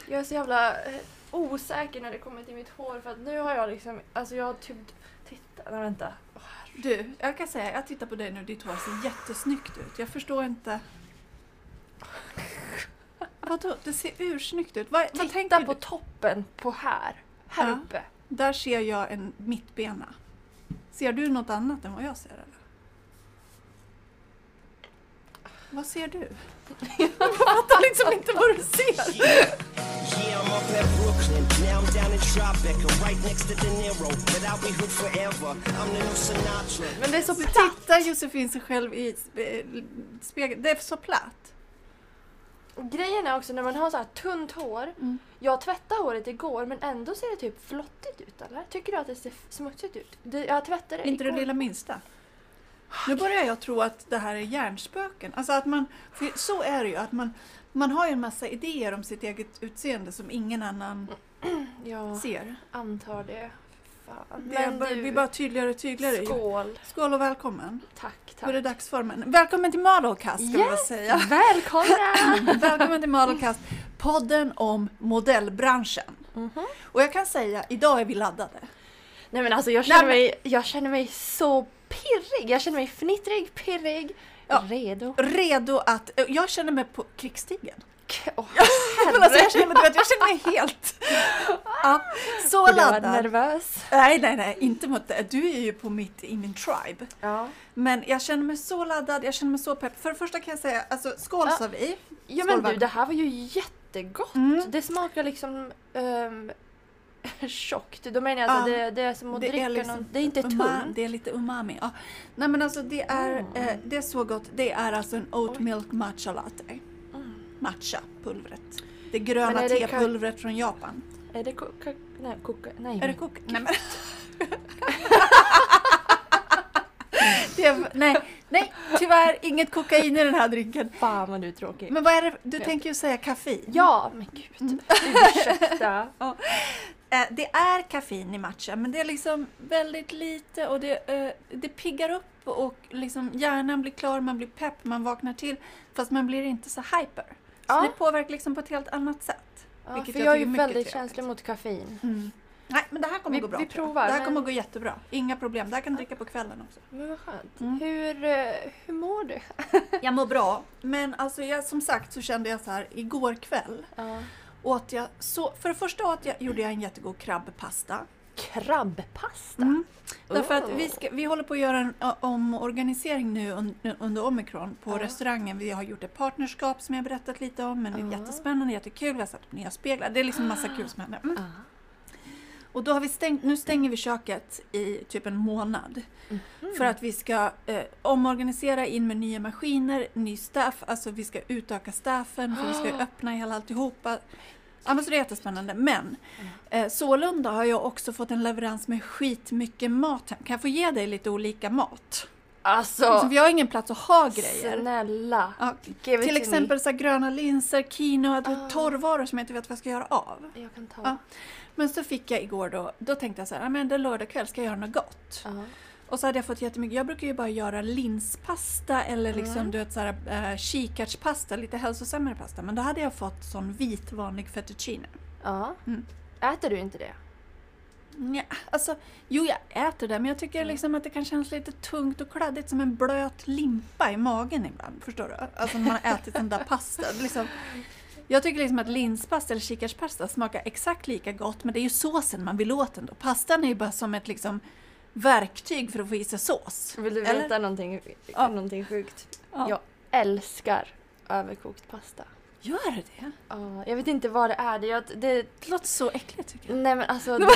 Jag är så jävla osäker när det kommer till mitt hår. För att nu har jag liksom... Alltså jag har typ... Titta, nej, vänta. Du, jag kan säga, jag tittar på dig nu. Ditt hår ser jättesnyggt ut. Jag förstår inte... Vadå? Det ser ursnyggt ut. Vad Titta tänker på du? toppen på här uppe. Där ser jag en mittbena. Ser du något annat än vad jag ser? Eller? Vad ser du? Jag fattar liksom inte vad du ser. Yeah, I'm up at Brooklyn. Now I'm down in Tribeca, right next to De Niro. But I'll be hood forever. I'm the new Sinatra. Men det är så platt. Titta Josefin sig själv i spegeln. Det är så platt. Grejen är också när man har så här tunt hår. Jag tvättade håret igår men ändå ser det typ flottigt ut, eller? Tycker du att det ser smutsigt ut? Jag tvättade det Inte igår. det lilla minsta. Nu börjar jag tro att det här är hjärnspöken. Alltså att man, för så är det ju, att man har ju en massa idéer om sitt eget utseende som ingen annan Jag ser. antar det. Fan. Det blir bara tydligare och tydligare. Skål. Skål och välkommen. Tack. Då är det dagsformen. Välkommen till Modelcast, ska vi väl säga. Välkomna! Välkommen till Modelcast, podden om modellbranschen. Och jag kan säga, idag är vi laddade. Nej men alltså jag känner mig så pirrig. Jag känner mig fnittrig, pirrig, redo. Redo att, jag känner mig på krigsstigen. Alltså, jag känner mig helt så laddad. Nervös. Nej, inte mot det. Du är ju i min tribe. Ja. Men jag känner mig så laddad, jag känner mig så pepp. För det första kan jag säga, alltså skål sa vi. Ja men du, det här var ju jättegott. Det smakar liksom tjockt. Då menar jag alltså det är som att dricka liksom någon. Det är inte tunt. Det är lite umami. Ja. Nej men alltså det är så gott. Det är alltså en oat milk matcha latte. Matcha-pulvret. Det gröna tepulvret från Japan. Är det koka? Nej. Är det koka? Nej men... nej, tyvärr inget kokain i den här drinken. Fan vad du är tråkig. Men vad är det? Du tänker ju säga kaffein. Ja, men gud. Ursäkta. Det är kaffein i matcha, men det är liksom väldigt lite och det piggar upp och liksom hjärnan blir klar, man blir pepp, man vaknar till, fast man blir inte så hyper. Så det påverkar liksom på ett helt annat sätt. Ja, för jag är ju väldigt känslig mot kaffein. Nej, men det här kommer gå bra. Vi provar. Det här kommer gå jättebra. Inga problem. Det här kan du dricka på kvällen också. Men vad skönt. Hur mår du? Jag mår bra. Men alltså som sagt så kände jag så här igår kväll. Åt jag för det första gjorde jag en jättegod krabbpasta. Krabbpasta? Därför att vi håller på att göra en omorganisering nu under Omicron på restaurangen. Vi har gjort ett partnerskap som jag berättat lite om. Men det är jättespännande, jättekul. Vi har satt upp nya speglar. Det är liksom en massa kul som händer. Och då har vi nu stänger vi köket i typ en månad. För att vi ska omorganisera in med nya maskiner, ny staff. Alltså vi ska utöka staffen, för vi ska öppna hela alltihopa. Ja, men så det är jättespännande. Men sålunda har jag också fått en leverans med skitmycket mat hem. Kan jag få ge dig lite olika mat? Alltså, vi har ingen plats att ha grejer. Snälla. Ja, till exempel så gröna linser, quinoa, torrvaror som jag inte vet vad jag ska göra av. Jag kan ta. Ja. Men så fick jag igår då tänkte jag så här, men det är lördag kväll, ska jag göra något gott? Och så hade jag fått jättemycket, jag brukar ju bara göra linspasta eller liksom du vet så här kikärtspasta, lite hälsosammare pasta. Men då hade jag fått sån vit vanlig fettuccine. Ja. Äter du inte det? Ja, alltså, jo jag äter det, men jag tycker liksom att det kan kännas lite tungt och kladdigt som en blöt limpa i magen ibland, förstår du? Alltså när man har ätit den där pasta, liksom. Jag tycker liksom att linspasta eller kikärtspasta smakar exakt lika gott, men det är ju såsen man vill åt ändå. Pastan är ju bara som ett liksom verktyg för att få i sig sås. Vill du veta någonting sjukt? Ja. Jag älskar överkokt pasta. Gör det? Ja, jag vet inte vad det är. Det låter så äckligt tycker jag. Nej men alltså det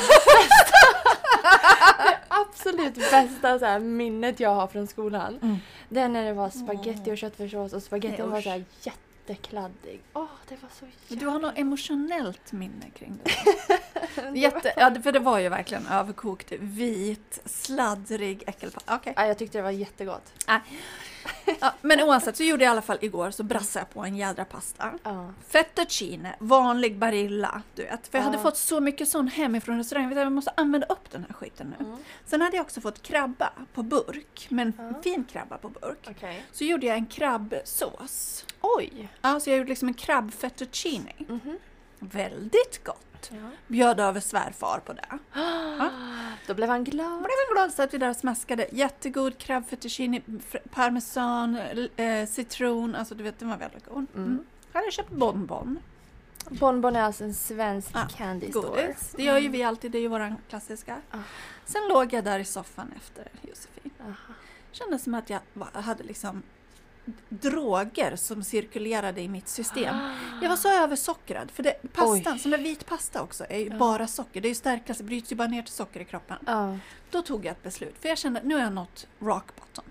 absolut bästa så här, minnet jag har från skolan. Det är när det var spaghetti och köttfärssås och spagettin var så här jättekladdig. Det var så jävla... Du har något emotionellt minne kring det. För det var ju verkligen överkokt, vit, sladdrig äckelpasta. Okay. Ja, jag tyckte det var jättegott. Ja, men oavsett så gjorde jag i alla fall igår så brassade jag på en jädra pasta. Fettuccine, vanlig Barilla, du vet. För jag hade fått så mycket sån hemifrån restaurangen. Jag måste använda upp den här skiten nu. Sen hade jag också fått krabba på burk. Men fin krabba på burk. Okay. Så gjorde jag en krabbsås. Oj! Ja, så jag gjorde liksom en krabbfettuccine. väldigt gott. Ja. Bjöd över svärfar på det. Då blev han glad. Blev en glad, så att vi där smaskade. Jättegod crab fettuccine, parmesan, citron. Alltså du vet, den var väldigt god. Här har jag köpt bonbon. Bonbon är alltså en svensk candy store. Godis. Det gör ju vi alltid, det är ju våran klassiska. Sen låg jag där i soffan efter Josefin. Kändes som att jag hade liksom droger som cirkulerade i mitt system. Jag var så översockrad. För pastan, som är vit pasta också, är ju bara socker. Det är ju stärkelse, det bryts ju bara ner till socker i kroppen. Då tog jag ett beslut. För jag kände att nu har jag nått rock bottom.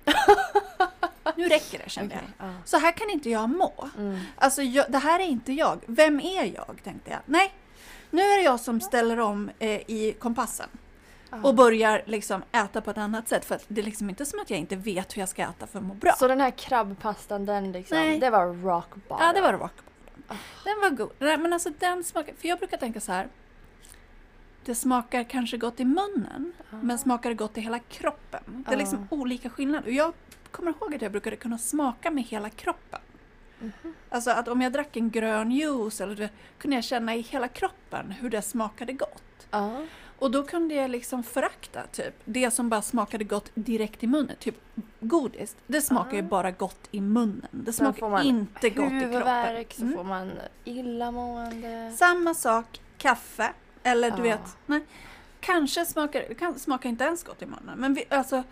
Nu räcker det, kände jag. Så här kan inte jag må. Alltså, det här är inte jag. Vem är jag, tänkte jag. Nej, nu är det jag som ställer om i kompassen. Och börjar liksom äta på ett annat sätt. För att det är liksom inte som att jag inte vet hur jag ska äta för att må bra. Så den här krabbpastan, det var rock bottom. Ja, det var rock bottom. Den var god. Men alltså den smakar... För jag brukar tänka så här. Det smakar kanske gott i munnen. Men smakar gott i hela kroppen. Det är liksom olika skillnader. Och jag kommer ihåg att jag brukade kunna smaka med hela kroppen. Alltså att om jag drack en grön juice. Eller kunde jag känna i hela kroppen hur det smakade gott. Och då kunde jag liksom förakta typ det som bara smakade gott direkt i munnen. Typ godis. Det smakar ju bara gott i munnen. Det smakar inte gott i kroppen. Huvudvärk, så får man illamående. Samma sak, kaffe. Eller du vet, nej. Kanske smakar inte ens gott i munnen. Men alltså...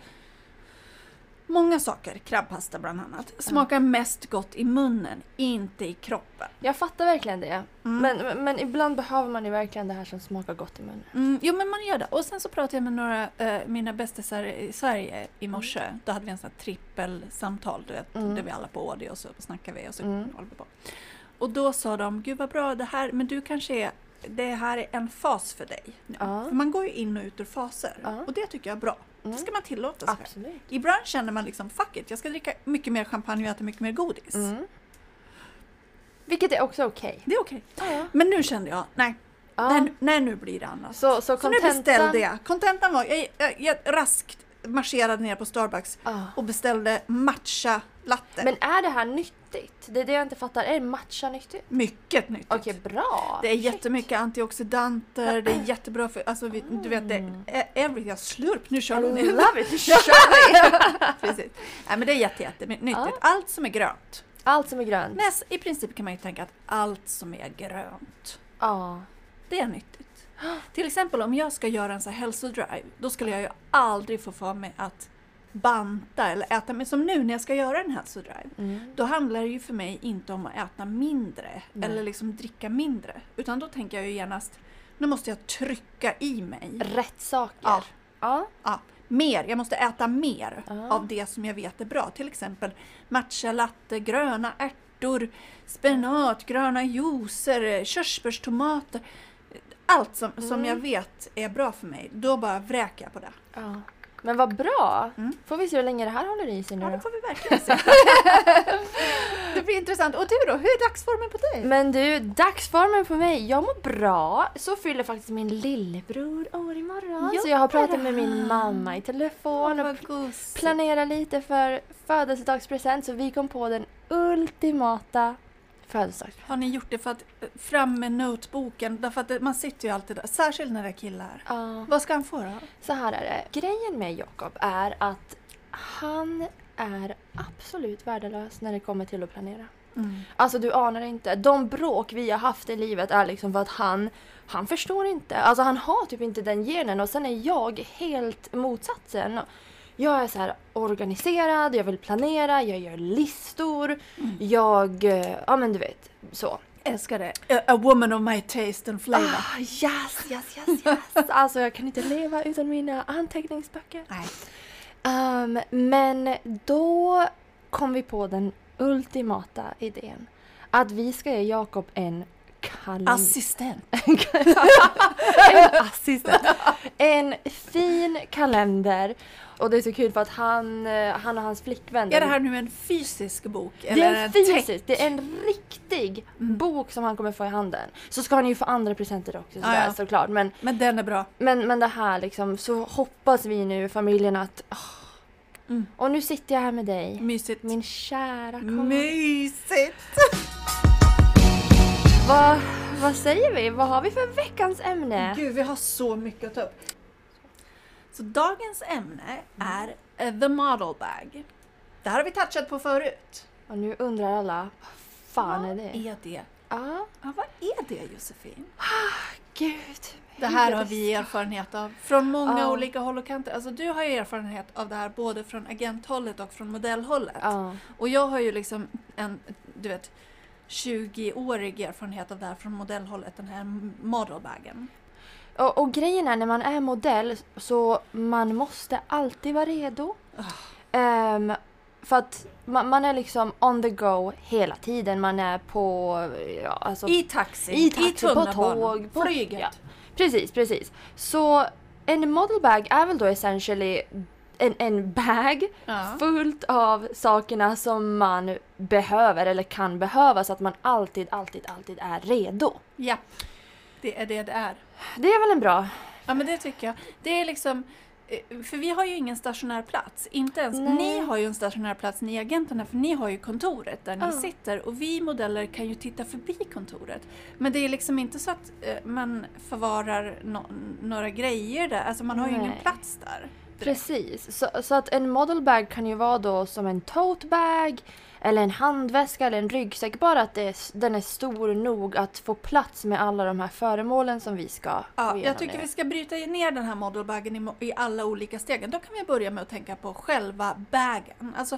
Många saker, krabbpasta bland annat, smakar mest gott i munnen, inte i kroppen. Jag fattar verkligen det. Men ibland behöver man ju verkligen det här som smakar gott i munnen. Jo, men man gör det. Och sen så pratade jag med några mina bästisar i Sverige i morse. Då hade vi en sån här trippelsamtal, du vet, där vi alla på Ådi och så snackade vi och så håller vi på. Och då sa de, gud vad bra det här, men du kanske det här är en fas för dig. För man går ju in och ut ur faser. Och det tycker jag är bra. Det ska man tillåta sig. Absolut. Ibland känner man liksom, fuck it, jag ska dricka mycket mer champagne och äta mycket mer godis. Vilket är också okej. Det är okej. Men nu kände jag, nej, nu blir det annat. Så nu beställde jag. Kontentan var, jag raskt marscherade ner på Starbucks och beställde matcha latte. Men är det här nyttigt? Det är det jag inte fattar. Är matcha nyttigt? Mycket nyttigt. Okej, bra. Det är jättemycket antioxidanter. Det är jättebra för, alltså du vet det är jag slurp. Nu kör du ner. Love it. Nu kör vi. Precis. Nej, men det är jättenyttigt. Allt som är grönt. Allt som är grönt. I princip kan man ju tänka att allt som är grönt. Det är nyttigt. Till exempel om jag ska göra en så här hälsodrive, då skulle jag ju aldrig få för mig att banta eller äta. Men som nu när jag ska göra en hälsodrive, då handlar det ju för mig inte om att äta mindre eller liksom dricka mindre. Utan då tänker jag ju genast, nu måste jag trycka i mig. Rätt saker. Ja. Mer. Jag måste äta mer av det som jag vet är bra. Till exempel matcha latte, gröna ärtor, spenat, gröna juicer, körsbärstomater. Allt som jag vet är bra för mig, då bara vräker jag på det. Men vad bra! Får vi se hur länge det här håller i sig nu då? Ja, det får vi verkligen se. Det blir intressant. Och du då? Hur är dagsformen på dig? Men du, dagsformen på mig, jag mår bra. Så fyller faktiskt min lillebror år imorgon. Så jag har pratat med min mamma i telefon och planerar lite för födelsedagspresent. Så vi kom på den ultimata födelsedagspresent. Har ni gjort det för att fram med noteboken? Därför att man sitter ju alltid där, särskilt när det är killar. Vad ska han få då? Så här är det. Grejen med Jakob är att han är absolut värdelös när det kommer till att planera. Alltså du anar inte. De bråk vi har haft i livet är liksom för att han förstår inte. Alltså han har typ inte den genen. Och sen är jag helt motsatsen. Jag är så här organiserad, jag vill planera, jag gör listor. Ja men du vet, så. Älskar det. A woman of my taste and flavor. Yes. Alltså jag kan inte leva utan mina anteckningsböcker. Nej. Men då kom vi på den ultimata idén. Att vi ska ge Jakob en assistent. En assistent. En fin kalender. Och det är så kul för att han och hans flickvän. Är det här nu en fysisk bok? Det är en fysisk. Det är en riktig bok som han kommer få i handen. Så ska han ju få andra presenter också såklart. Men den är bra. Men det här liksom, så hoppas vi nu familjen att och nu sitter jag här med dig. Mysigt. Min kära Karl. Mysigt. vad säger vi? Vad har vi för veckans ämne? Gud, vi har så mycket att ta upp. Så dagens ämne är the model bag. Det här har vi touchat på förut. Och nu undrar alla, vad fan är det? Vad är det? Ja, Ja, vad är det, Josefin? gud. Det här har vi erfarenhet av från många Ja. olika håll och kanter. Alltså du har ju erfarenhet av det här både från agenthållet och från modellhållet. Ja. Och jag har ju liksom en, du vet, 20-årig erfarenhet av det här från modellhållet, den här modelbagen. Och grejen är, när man är modell så man måste alltid vara redo. För att man är liksom on the go hela tiden. Man är på... Ja, alltså, I taxi, på tunnelbanan, tåg, på flyget. Ja. Precis. Så en modelbag är väl då essentially en bag fullt av sakerna som man behöver eller kan behöva, så att man alltid är redo. Ja, det är det är. Det är väl en bra... Ja, men det tycker jag. Det är liksom... För vi har ju ingen stationär plats. Inte ens Nej. ni har ju en stationär plats, ni agenterna, för ni har ju kontoret där ni Ja. sitter. Och vi modeller kan ju titta förbi kontoret. Men det är liksom inte så att man förvarar några grejer där. Alltså man har ju ingen Nej. plats där. Precis, så att en modelbag kan ju vara då som en tote bag eller en handväska eller en ryggsäck, bara att den är stor nog att få plats med alla de här föremålen som vi ska gå Ja, igenom jag tycker nu. vi ska bryta ner den här modelbagen i alla olika stegen. Då kan vi börja med att tänka på själva bagen. Alltså,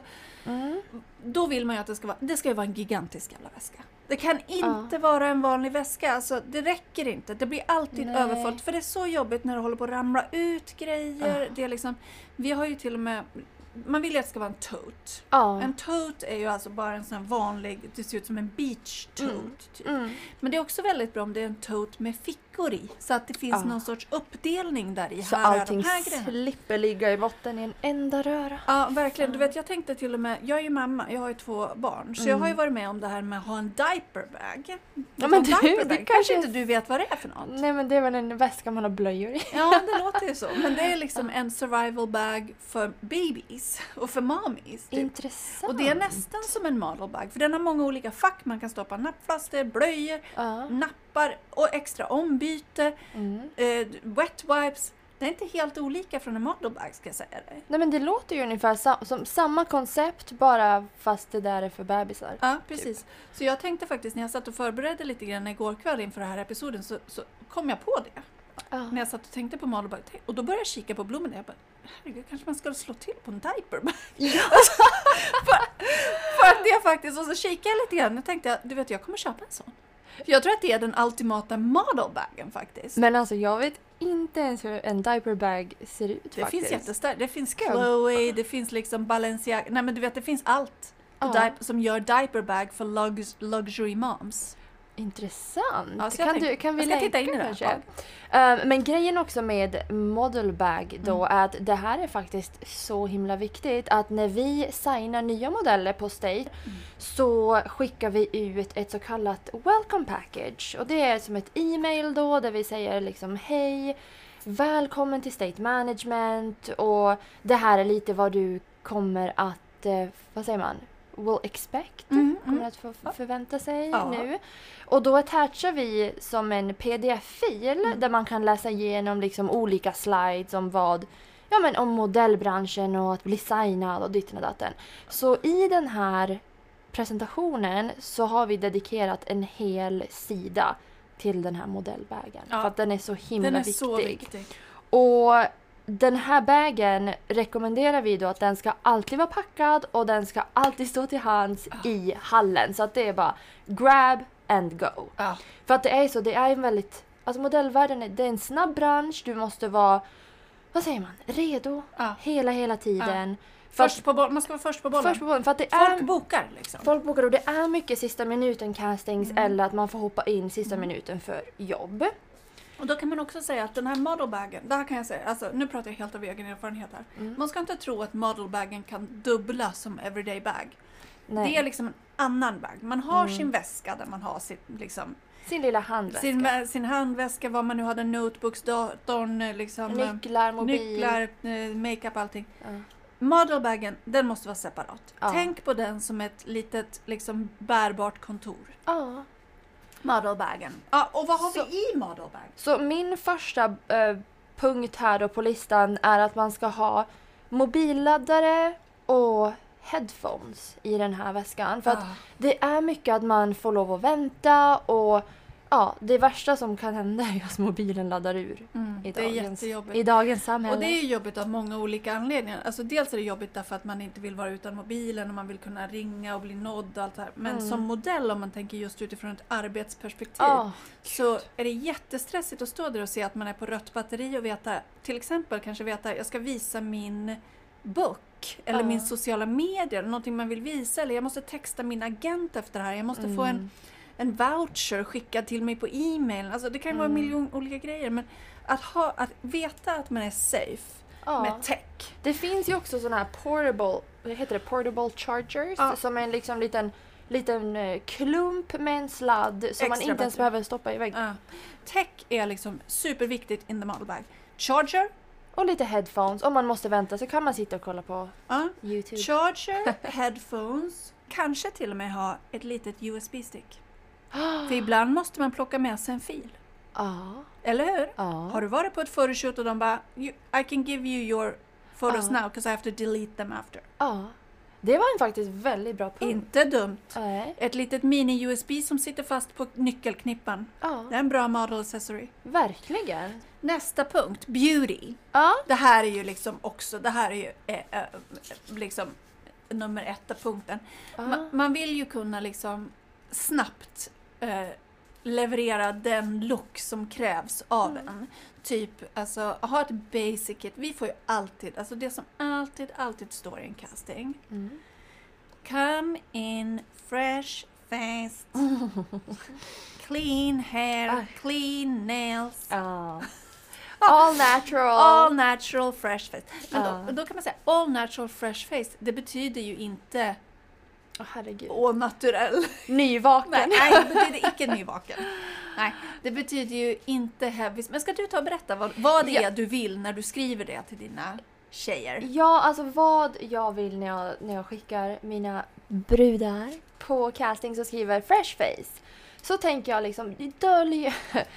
då vill man ju att det ska ju vara en gigantisk jävla väska. Det kan inte vara en vanlig väska. Alltså, det räcker inte. Det blir alltid Nej. överfullt. För det är så jobbigt när det håller på att ramla ut grejer. Det är liksom, vi har ju till och med... Man vill ju att det ska vara en tote. Ja. En tote är ju alltså bara en sån här vanlig... Det ser ut som en beach tote. Typ. Men det är också väldigt bra om det är en tote med fickor i. Så att det finns någon sorts uppdelning där i. Så här är allting de här grejerna. slipper ligga i botten i en enda röra. Ja, verkligen. Du vet, jag tänkte till och med... Jag är ju mamma. Jag har ju 2 barn. Så jag har ju varit med om det här med att ha en diaperbag. Ja, men Diaperbag. det Kanske inte du vet vad det är för något. Nej, men det är väl en väska man har blöjor i. Ja, det låter ju så. Men det är liksom en survival bag för babies och för mommies. Typ. Intressant. Och det är nästan som en modelbag. För den har många olika fack. Man kan stoppa nappflaster, blöjor, nappar och extra ombyte, wet wipes. Det är inte helt olika från en modelbag, ska jag säga dig. Nej, men det låter ju ungefär som samma koncept, bara fast det där är för bebisar. Ja, precis. Typ. Så jag tänkte faktiskt, när jag satt och förberedde lite grann igår kväll inför den här episoden, så kom jag på det. När jag satt och tänkte på modelbag. Och då började jag kika på blommorna. Jag bara, herregud, kanske man ska slå till på en diaperbag. Ja. för att det faktiskt, och så kikade jag lite grann och tänkte, du vet, jag kommer köpa en sån. För jag tror att det är den ultimata modelbagen faktiskt. Men alltså, jag vet inte ens hur en diaperbag ser ut Det faktiskt. finns jättestarkt. Det finns Chloe, det finns liksom Balenciaga. Nej, men du vet, det finns allt som gör diaperbag för luxury moms. Intressant. Ja, så Kan vi jag ska titta in i länka det kanske? Men grejen också med modelbag då är att det här är faktiskt så himla viktigt att när vi signar nya modeller på State så skickar vi ut ett så kallat welcome package. Och det är som ett e-mail då där vi säger liksom hej, välkommen till State Management, och det här är lite vad du kommer att, vad säger man? Will expect, kommer att förvänta sig nu. Och då attachar vi som en pdf-fil där man kan läsa igenom liksom olika slides om vad, ja men om modellbranschen och att bli signad och ditten och datten. Så i den här presentationen så har vi dedikerat en hel sida till den här modellbagen. För att den är så himla viktig. Så viktig. Och den här bagen rekommenderar vi då att den ska alltid vara packad och den ska alltid stå till hands i hallen. Så att det är bara grab and go. För att det är så, det är en väldigt, alltså modellvärlden, det är en snabb bransch, du måste vara, vad säger man, redo hela tiden. Man ska vara först på bollen. För att det folk bokar liksom. Folk bokar och det är mycket sista minuten castings eller att man får hoppa in sista minuten för jobb. Och då kan man också säga att den här modelbagen, där kan jag säga, alltså nu pratar jag helt av egen erfarenhet här. Man ska inte tro att modelbagen kan dubbla som everyday bag. Nej. Det är liksom en annan bag. Man har sin väska där man har sin lilla handväska. Sin handväska, vad man nu hade, notebooks, datorn, liksom, nycklar, mobil. Makeup, allting. Modelbagen, den måste vara separat. Tänk på den som ett litet liksom bärbart kontor. Modelbagen. Ja, och vad har vi i modelbag? Så min första punkt här då på listan är att man ska ha mobilladdare och headphones i den här väskan. För att det är mycket att man får lov att vänta och det värsta som kan hända är att mobilen laddar ur i dagens samhälle. Och det är ju jobbigt av många olika anledningar. Alltså dels är det jobbigt därför att man inte vill vara utan mobilen och man vill kunna ringa och bli nådd och allt det här. Men som modell, om man tänker just utifrån ett arbetsperspektiv, så är det jättestressigt att stå där och se att man är på rött batteri och veta, till exempel kanske veta, jag ska visa min book eller min sociala medier, någonting man vill visa, eller jag måste texta min agent efter det här, jag måste få en voucher skickad till mig på e-mail. Alltså det kan ju vara en miljon olika grejer, men att veta att man är safe med tech. Det finns ju också sådana här portable chargers som är en liksom liten klump med en sladd som man inte ens behöver stoppa i väggen. Tech är liksom superviktigt in the modelbag. Charger och lite headphones. Om man måste vänta så kan man sitta och kolla på YouTube. Charger, headphones, kanske till och med ha ett litet USB-stick. För ibland måste man plocka med sig en fil. Eller hur? Har du varit på ett photoshoot och de bara I can give you your photos now because I have to delete them after. Det var en faktiskt väldigt bra punkt. Inte dumt. Ett litet mini-USB som sitter fast på nyckelknippan. Det är en bra model accessory. Verkligen. Nästa punkt, beauty. Det här är ju liksom också, det här är ju liksom nummer 1 punkten. Man vill ju kunna liksom snabbt leverera den look som krävs av en. Typ, alltså, ha ett basic kit. Vi får ju alltid, alltså det som alltid står i en casting. Come in fresh faced, clean hair, clean nails. All natural. All natural fresh face. Men då kan man säga all natural fresh face. Det betyder ju inte herregud. Au naturell. Nyvaken. Nej, det betyder icke nyvaken. Nej, det betyder ju inte heavy. Men ska du ta och berätta vad det är du vill när du skriver det till dina tjejer? Ja, alltså vad jag vill när jag skickar mina brudar på casting så skriver fresh face. Så tänker jag liksom, dölj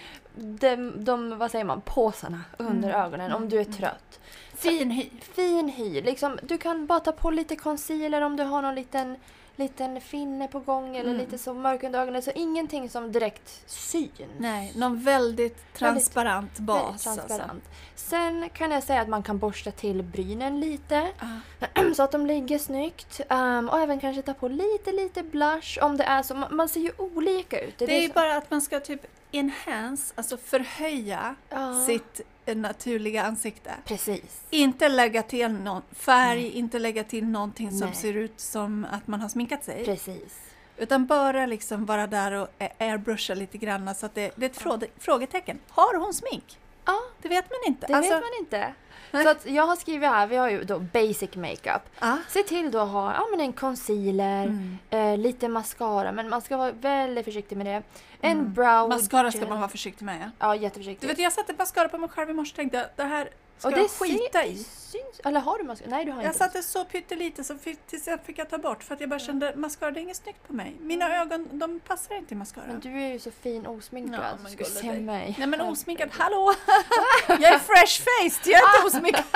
de vad säger man, påsarna under ögonen om du är trött. Fin hy. Liksom, du kan bara ta på lite concealer om du har någon liten finne på gång eller lite så mörk under ögonen. Så ingenting som direkt syns. Nej, någon väldigt transparent bas. Väldigt transparent. Alltså. Sen kan jag säga att man kan borsta till brynen lite. Så att de ligger snyggt. Och även kanske ta på lite blush om det är så. Man ser ju olika ut. Det är ju bara att man ska typ enhance, alltså förhöja sitt naturliga ansikte. Precis. Inte lägga till någon färg, inte lägga till någonting som ser ut som att man har sminkat sig. Precis. Utan bara liksom vara där och airbrusha lite grann så att det är ett frågetecken. Har hon smink? Ja. Det vet man inte. Det vet man inte. Så att jag har skrivit här, vi har ju då basic makeup. Se till då att ha en concealer, lite mascara, men man ska vara väldigt försiktig med det. En brow mascara ska man vara försiktig med. Ja, jätteförsiktig. Du vet, jag satte mascara på mig själv i morse och tänkte det här ska jag skita i. Syns, eller har du mascara? Nej, du har jag inte. Jag satte så pyttelite så tills jag fick ta bort för att jag bara kände mascara, det är inget snyggt på mig. Mina ögon, de passar inte i mascara. Men du är ju så fin osminkad. Ja, ska se mig. Nej, men osminkad, hallå! Jag är fresh-faced, jag är inte osminkad.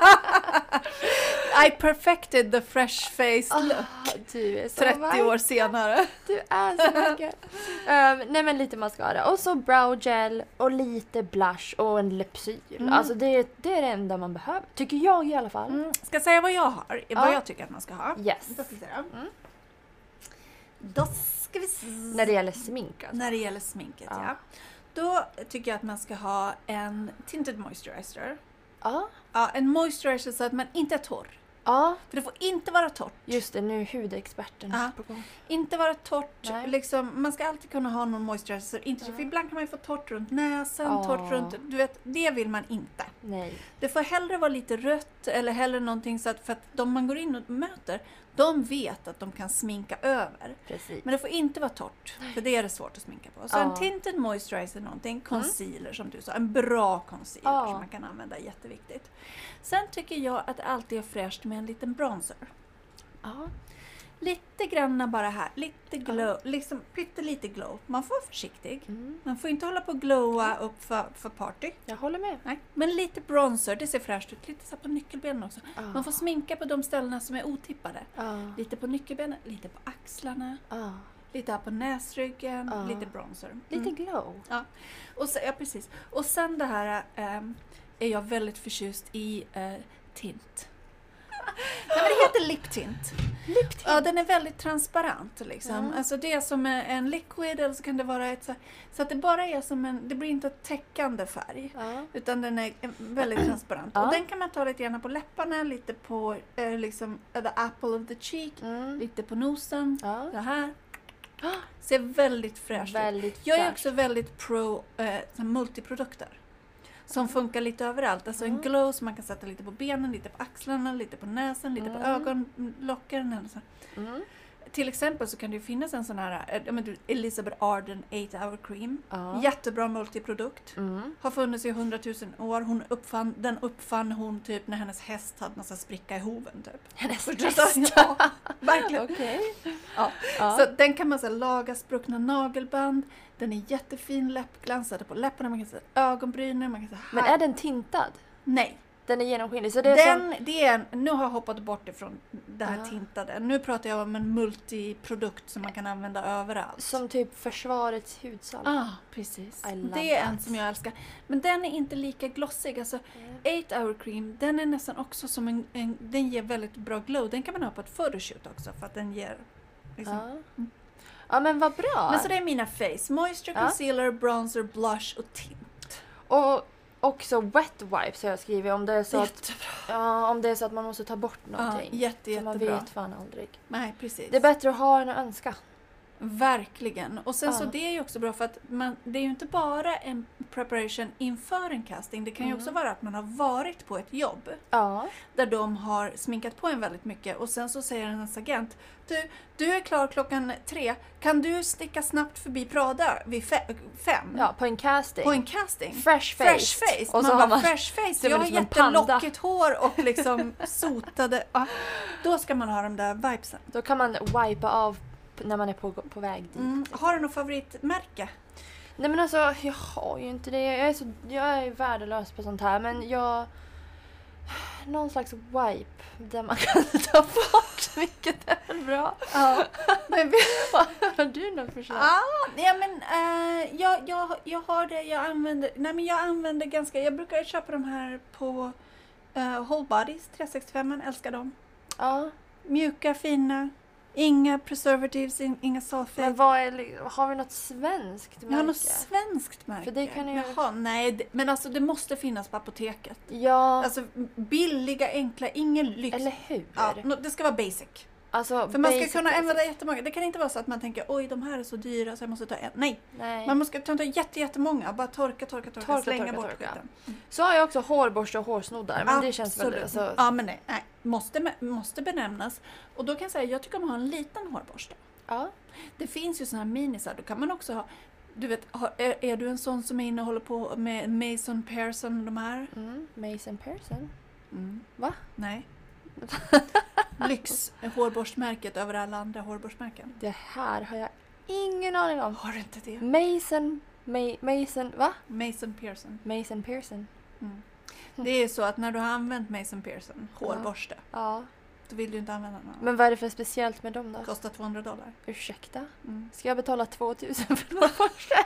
I perfected the fresh-faced look. Du är så 30 år senare. Du är så vacker. Nej, men lite mascara. Och så brow gel och lite blush och en läppsyl. Alltså det är det enda man behöver. Tycker jag i alla fall. Ska jag säga vad jag har? Vad jag tycker att man ska ha? Yes. Då ska vi när det gäller smink. Alltså. När det gäller sminket, ja. Då tycker jag att man ska ha en tinted moisturizer. Ja, en moisturizer så att man inte är torr. Ja. För det får inte vara torrt. Just det, nu är hudexperten på gång. Inte vara torrt. Liksom, man ska alltid kunna ha någon moisturizer. För ibland kan man ju få torrt runt näsan, torrt runt... Du vet, det vill man inte. Nej. Det får hellre vara lite rött eller hellre någonting så att, för att de man går in och möter, de vet att de kan sminka över. Precis. Men det får inte vara torrt, för det är det svårt att sminka på. Så en tinted moisturizer någonting, concealer som du sa, en bra concealer som man kan använda, jätteviktigt. Sen tycker jag att det alltid är fräscht med en liten bronzer. Lite granna bara här. Lite glow. Liksom pyttelite glow. Man får vara försiktig. Man får inte hålla på att glowa upp för party. Jag håller med. Nej. Men lite bronzer, det ser fräscht ut. Lite så på nyckelbenen också. Man får sminka på de ställena som är otippade. Lite på nyckelbenen, lite på axlarna. Lite här på näsryggen, lite bronzer. Lite glow. Ja. Och så, ja, precis. Och sen det här är jag väldigt förtjust i tint. Nej, men det heter lip tint. Ja, den är väldigt transparent liksom. Alltså det är som en liquid eller så kan det vara ett så att det bara är som det blir inte ett täckande färg. Utan den är väldigt transparent. Och den kan man ta lite grann på läpparna, lite på liksom the apple of the cheek, lite på nosen, så här. Ser väldigt fräscht ut. Jag är också väldigt pro multiprodukter. Som funkar lite överallt. Alltså en glow som man kan sätta lite på benen, lite på axlarna, lite på näsan, lite på ögonlocken. Eller så. Till exempel så kan det ju finnas en sån här Elizabeth Arden 8-hour cream. Jättebra multiprodukt. Har funnits i 100 000 år. Den uppfann hon typ när hennes häst hade en spricka i hoven typ. Hennes häst? Ja, verkligen. Okej. Så den kan man laga spruckna nagelband. Den är jättefin läppglansad på läpparna. Man kan sätta ögonbrynen. Man kan sätta Men är den tintad? Nej. Den är genomskinlig. Så det är nu har jag hoppat bort ifrån det här tintade. Nu pratar jag om en multiprodukt som man kan använda överallt. Som typ försvarets hudsalva. Precis. Det är en som jag älskar. Men den är inte lika glossig. Alltså 8-hour cream, den är nästan också som den ger väldigt bra glow. Den kan man ha på ett photoshoot också för att den ger liksom, Ja, men vad bra. Men så det är mina face. Moisture, concealer, bronzer, blush och tint. Och också wet wipes har jag skrivit om det är så om det är så att man måste ta bort någonting. Jättebra. Så man vet fan aldrig. Nej, precis. Det är bättre att ha än att önska. Verkligen. Och sen så det är ju också bra för att det är ju inte bara en preparation inför en casting. Det kan ju också vara att man har varit på ett jobb. Där de har sminkat på en väldigt mycket. Och sen så säger en agent, du är klar 3:00. Kan du sticka snabbt förbi Prada vid 5? Ja, på en casting. Fresh face. Och så har man fresh face. Jag har jättelockigt hår och liksom sotade. Då ska man ha de där vibesen. Då kan man wipa av när man är på väg dit. Har du något favoritmärke? Nej men alltså, jag har ju inte det. Jag är värdelös på sånt här. Men någon slags wipe där man kan ta bort, vilket är väl bra. Men har du något förslag? Jag har det. Jag använder ganska. Jag brukar köpa de här på Whole Bodies 365. Älskar dem. Mjuka, fina. Inga preservatives, inga sulfates. Men har vi något svenskt märke? Jag har något svenskt märke. För det kan ju... nej, men alltså det måste finnas på apoteket. Ja. Alltså billiga, enkla, ingen lyx. Eller hur? Ja, det ska vara basic. Alltså, för man ska kunna använda jättemånga. Det kan inte vara så att man tänker, oj de här är så dyra så jag måste ta en. Nej. Man måste ta jättemånga. Bara torka, slänga bort skiten. Så har jag också hårborste och hårsnoddar. Men det känns väl... Alltså... Ja, men nej. Måste benämnas. Och då kan jag säga, jag tycker om att ha en liten hårborste. Det finns ju såna här minisar. Då kan man också ha... Du vet, är du en sån som är inne och håller på med Mason Pearson de här? Mason Pearson? Va? Nej. Lyx hårborstmärket över alla andra hårborstmärken. Det här har jag ingen aning om. Har du inte det? Mason, va? Mason Pearson. Mason Pearson. Det är så att när du har använt Mason Pearson hårborste. Då vill du inte använda någon. Men vad är det för speciellt med dem då? Kostar $200. Ursäkta? Ska jag betala 2000 för hårborste?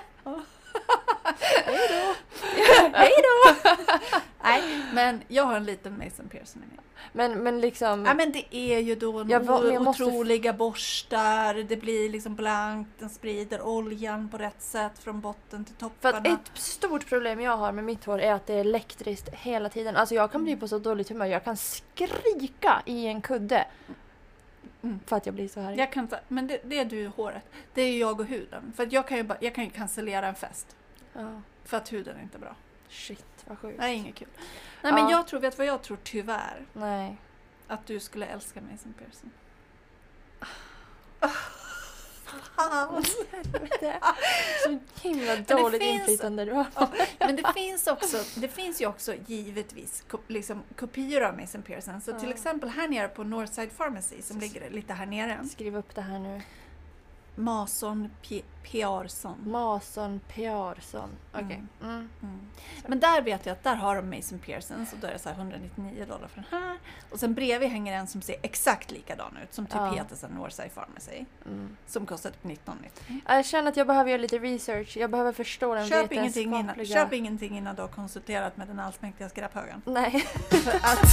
Hej då! Nej, men jag har en liten Mason Pearson i mig. Men liksom... Ja, men det är ju då otroliga borstar. Det blir liksom blankt. Den sprider oljan på rätt sätt från botten till topparna. För att ett stort problem jag har med mitt hår är att det är elektriskt hela tiden. Alltså jag kan bli på så dåligt humör. Jag kan skrika i en kudde. För att jag blir så här. Jag kan, men det är du håret. Det är jag och huden. För att jag kan ju cancellera en fest. För att huden är inte bra. Shit, vad sjukt. Det är inget kul. Nej, men jag tror, vet vad jag tror tyvärr? Nej. Att du skulle älska Mason Pearson. Så himla dåligt inflytande du har. Men det finns ju också givetvis liksom kopior av Mason Pearson. Så till exempel här nere på Northside Pharmacy som ligger lite här nere. Skriv upp det här nu. Mason Pearson. Mason Pearson. Okej. Men där vet jag att där har de Mason Pearson, så då är det så här $199 för den här. Och sen bredvid hänger en som ser exakt likadan ut, som typ heter så Northside Pharmacy. Som kostar typ $19,90. Jag känner att jag behöver göra lite research. Jag behöver förstå den vetenskapliga. Köp ingenting innan du har konsulterat med den allsmäktiga skräphögen. Nej. För att...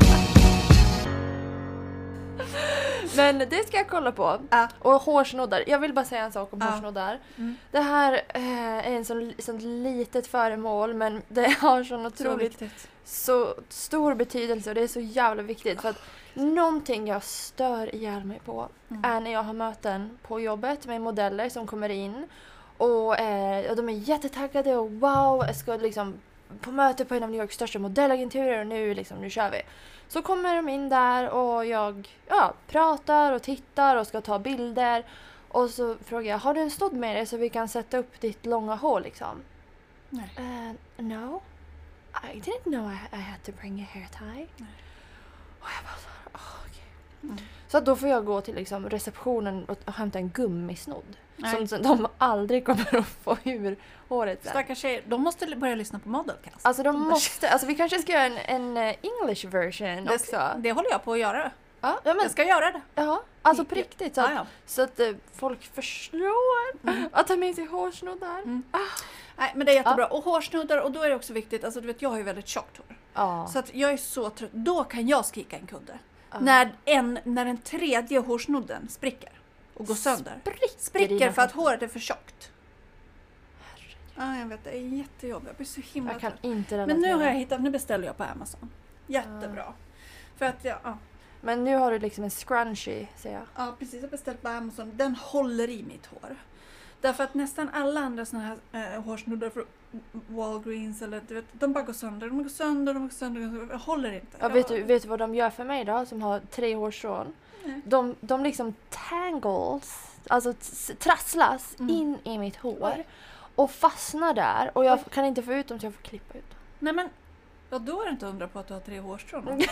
Men det ska jag kolla på. Och hårsnoddar. Jag vill bara säga en sak om hårsnoddar. Det här är en sån litet föremål, men det har sån otroligt så stor betydelse och det är så jävla viktigt. För att någonting jag stör ihjäl mig på är när jag har möten på jobbet med modeller som kommer in och de är jättetaggade och wow, jag ska liksom på möte på en av New Yorks största modellagenturer och nu kör vi. Så kommer de in där och jag pratar och tittar och ska ta bilder. Och så frågar jag, har du en snodd med dig så vi kan sätta upp ditt långa hår liksom? Nej. No. I didn't know I had to bring a hair tie. Nej. Och jag bara okej. Så då får jag gå till liksom receptionen och hämta en gummisnodd. Som de aldrig kommer att få ur håret sen. Stackars tjejer, de måste börja lyssna på Modelcast. Alltså vi kanske ska göra en English version också. Det håller jag på att göra. Ja, men jag ska göra det. Ja, alltså på riktigt. Så att folk förstår att ta med sig hårsnoddar. Nej, men det är jättebra. Och hårsnoddar, och då är det också viktigt, alltså du vet, jag har ju väldigt tjockt hår. Så att jag är så trött. Då kan jag skrika en kudde. När den tredje hårsnodden spricker och går sönder. Spricker för att håret är för tjockt. Jag vet, det är jättejobbigt. Jag blir så himla trött. Inte men nu har jag hittat, nu beställer jag på Amazon. Jättebra. För att Men nu har du liksom en scrunchie, ser jag. Ja, precis. Jag har beställt på Amazon. Den håller i mitt hår. Därför att nästan alla andra såna här hårsnoddar för Walgreens eller du vet, de bara går sönder. De går sönder. Jag håller inte. Ja, vet du vad de gör för mig då som har 3 hårstrån? De liksom tangles, alltså trasslas in i mitt hår och fastnar där och jag kan inte få ut dem så jag får klippa ut dem. Nej men, då är det inte undra på att du har 3 hårstrån.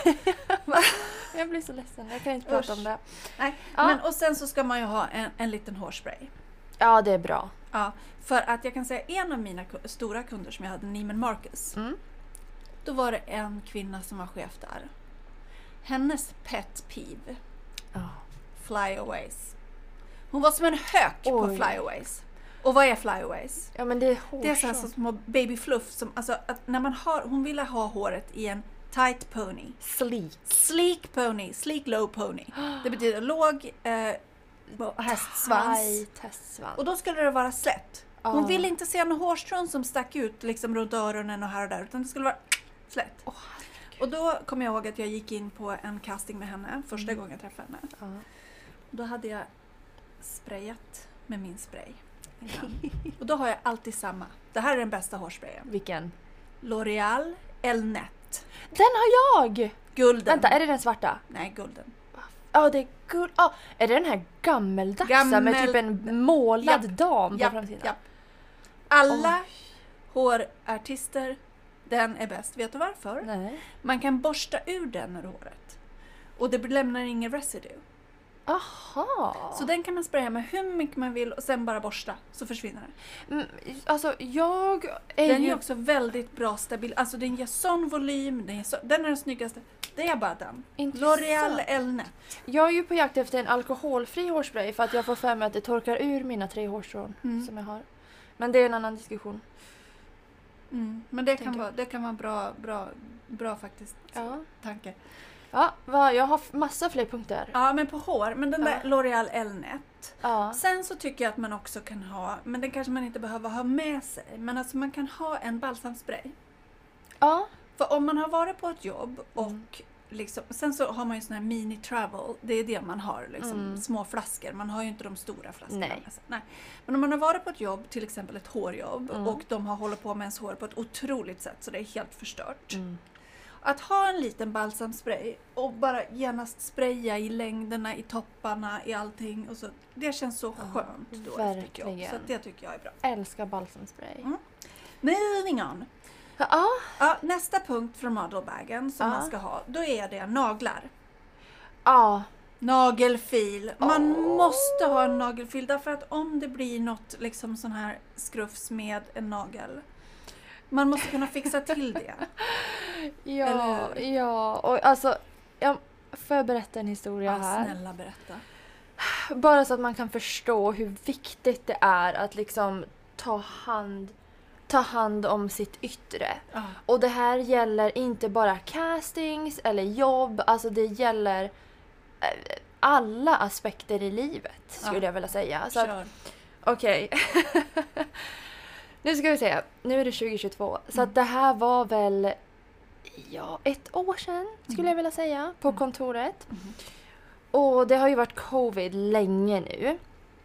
Jag blir så ledsen, jag kan inte prata om det. Nej, men och sen så ska man ju ha en liten hårspray. Ja, det är bra. Ja, för att jag kan säga en av mina stora kunder som jag hade, Neiman Marcus. Då var det en kvinna som var chef där. Hennes pet peeve. Flyaways. Hon var som en hök på flyaways. Och vad är flyaways? Ja, men det är hårstrån. Det är så här så små baby fluff som, alltså att när man har, hon ville ha håret i en tight pony. Sleek pony, sleek low pony. Det betyder låg hästsvans. Och då skulle det vara slätt. Hon ville inte se någon hårstrån som stack ut liksom runt öronen och här och där, utan det skulle vara slätt. Och då kom jag ihåg att jag gick in på en casting med henne första gången jag träffade henne. Då hade jag sprayat med min spray. Och då har jag alltid samma. Det här är den bästa hårsprayen. Vilken? L'Oreal Elnet. Den har jag! Gulden. Vänta, är det den svarta? Nej, gulden. Ja, det är guld. Är det den här gammeldagsa med typ en målad dam på framsidan? Japp. Alla hårartister, den är bäst. Vet du varför? Nej. Man kan borsta ur den ur håret. Och det lämnar ingen residue. Aha. Så den kan man spraya med hur mycket man vill och sen bara borsta, så försvinner den. Alltså den är också väldigt bra stabil. Alltså den ger sån volym, den är den snyggaste. Det är bara den. L'Oreal Elnet. Jag är ju på jakt efter en alkoholfri hårspray för att jag får för mig att det torkar ur mina 3 hårstrån som jag har. Men det är en annan diskussion. Men det kan vara bra faktiskt. Tanke. Ja, jag har massa fler punkter. Ja, men på hår. Men den där L'Oreal Elnet. Sen så tycker jag att man också kan ha, men den kanske man inte behöver ha med sig. Men alltså man kan ha en balsamspray. Ja. För om man har varit på ett jobb och liksom, sen så har man ju sån här mini-travel. Det är det man har, liksom, små flaskor. Man har ju inte de stora flaskorna. Nej. Men om man har varit på ett jobb, till exempel ett hårjobb, och de har hållit på med ens hår på ett otroligt sätt så det är helt förstört. Att ha en liten balsamspray och bara genast spraya i längderna, i topparna, i allting. Och så, det känns så skönt då efter jobb. Så det tycker jag är bra. Älskar balsamspray. Moving on. Ja. Nästa punkt från modelbagen som man ska ha, då är det naglar. Ja. Nagelfil. Man måste ha en nagelfil därför att om det blir något liksom sån här skrufs med en nagel, man måste kunna fixa till det. Ja. Och alltså, får jag berätta en historia här? Snälla berätta. Bara så att man kan förstå hur viktigt det är att liksom ta hand om sitt yttre. Och det här gäller inte bara castings eller jobb. Alltså det gäller alla aspekter i livet, skulle jag vilja säga. Så okej. Nu ska vi se. Nu är det 2022. Så att det här var väl 1 år sedan, skulle jag vilja säga, på kontoret. Och det har ju varit covid länge nu.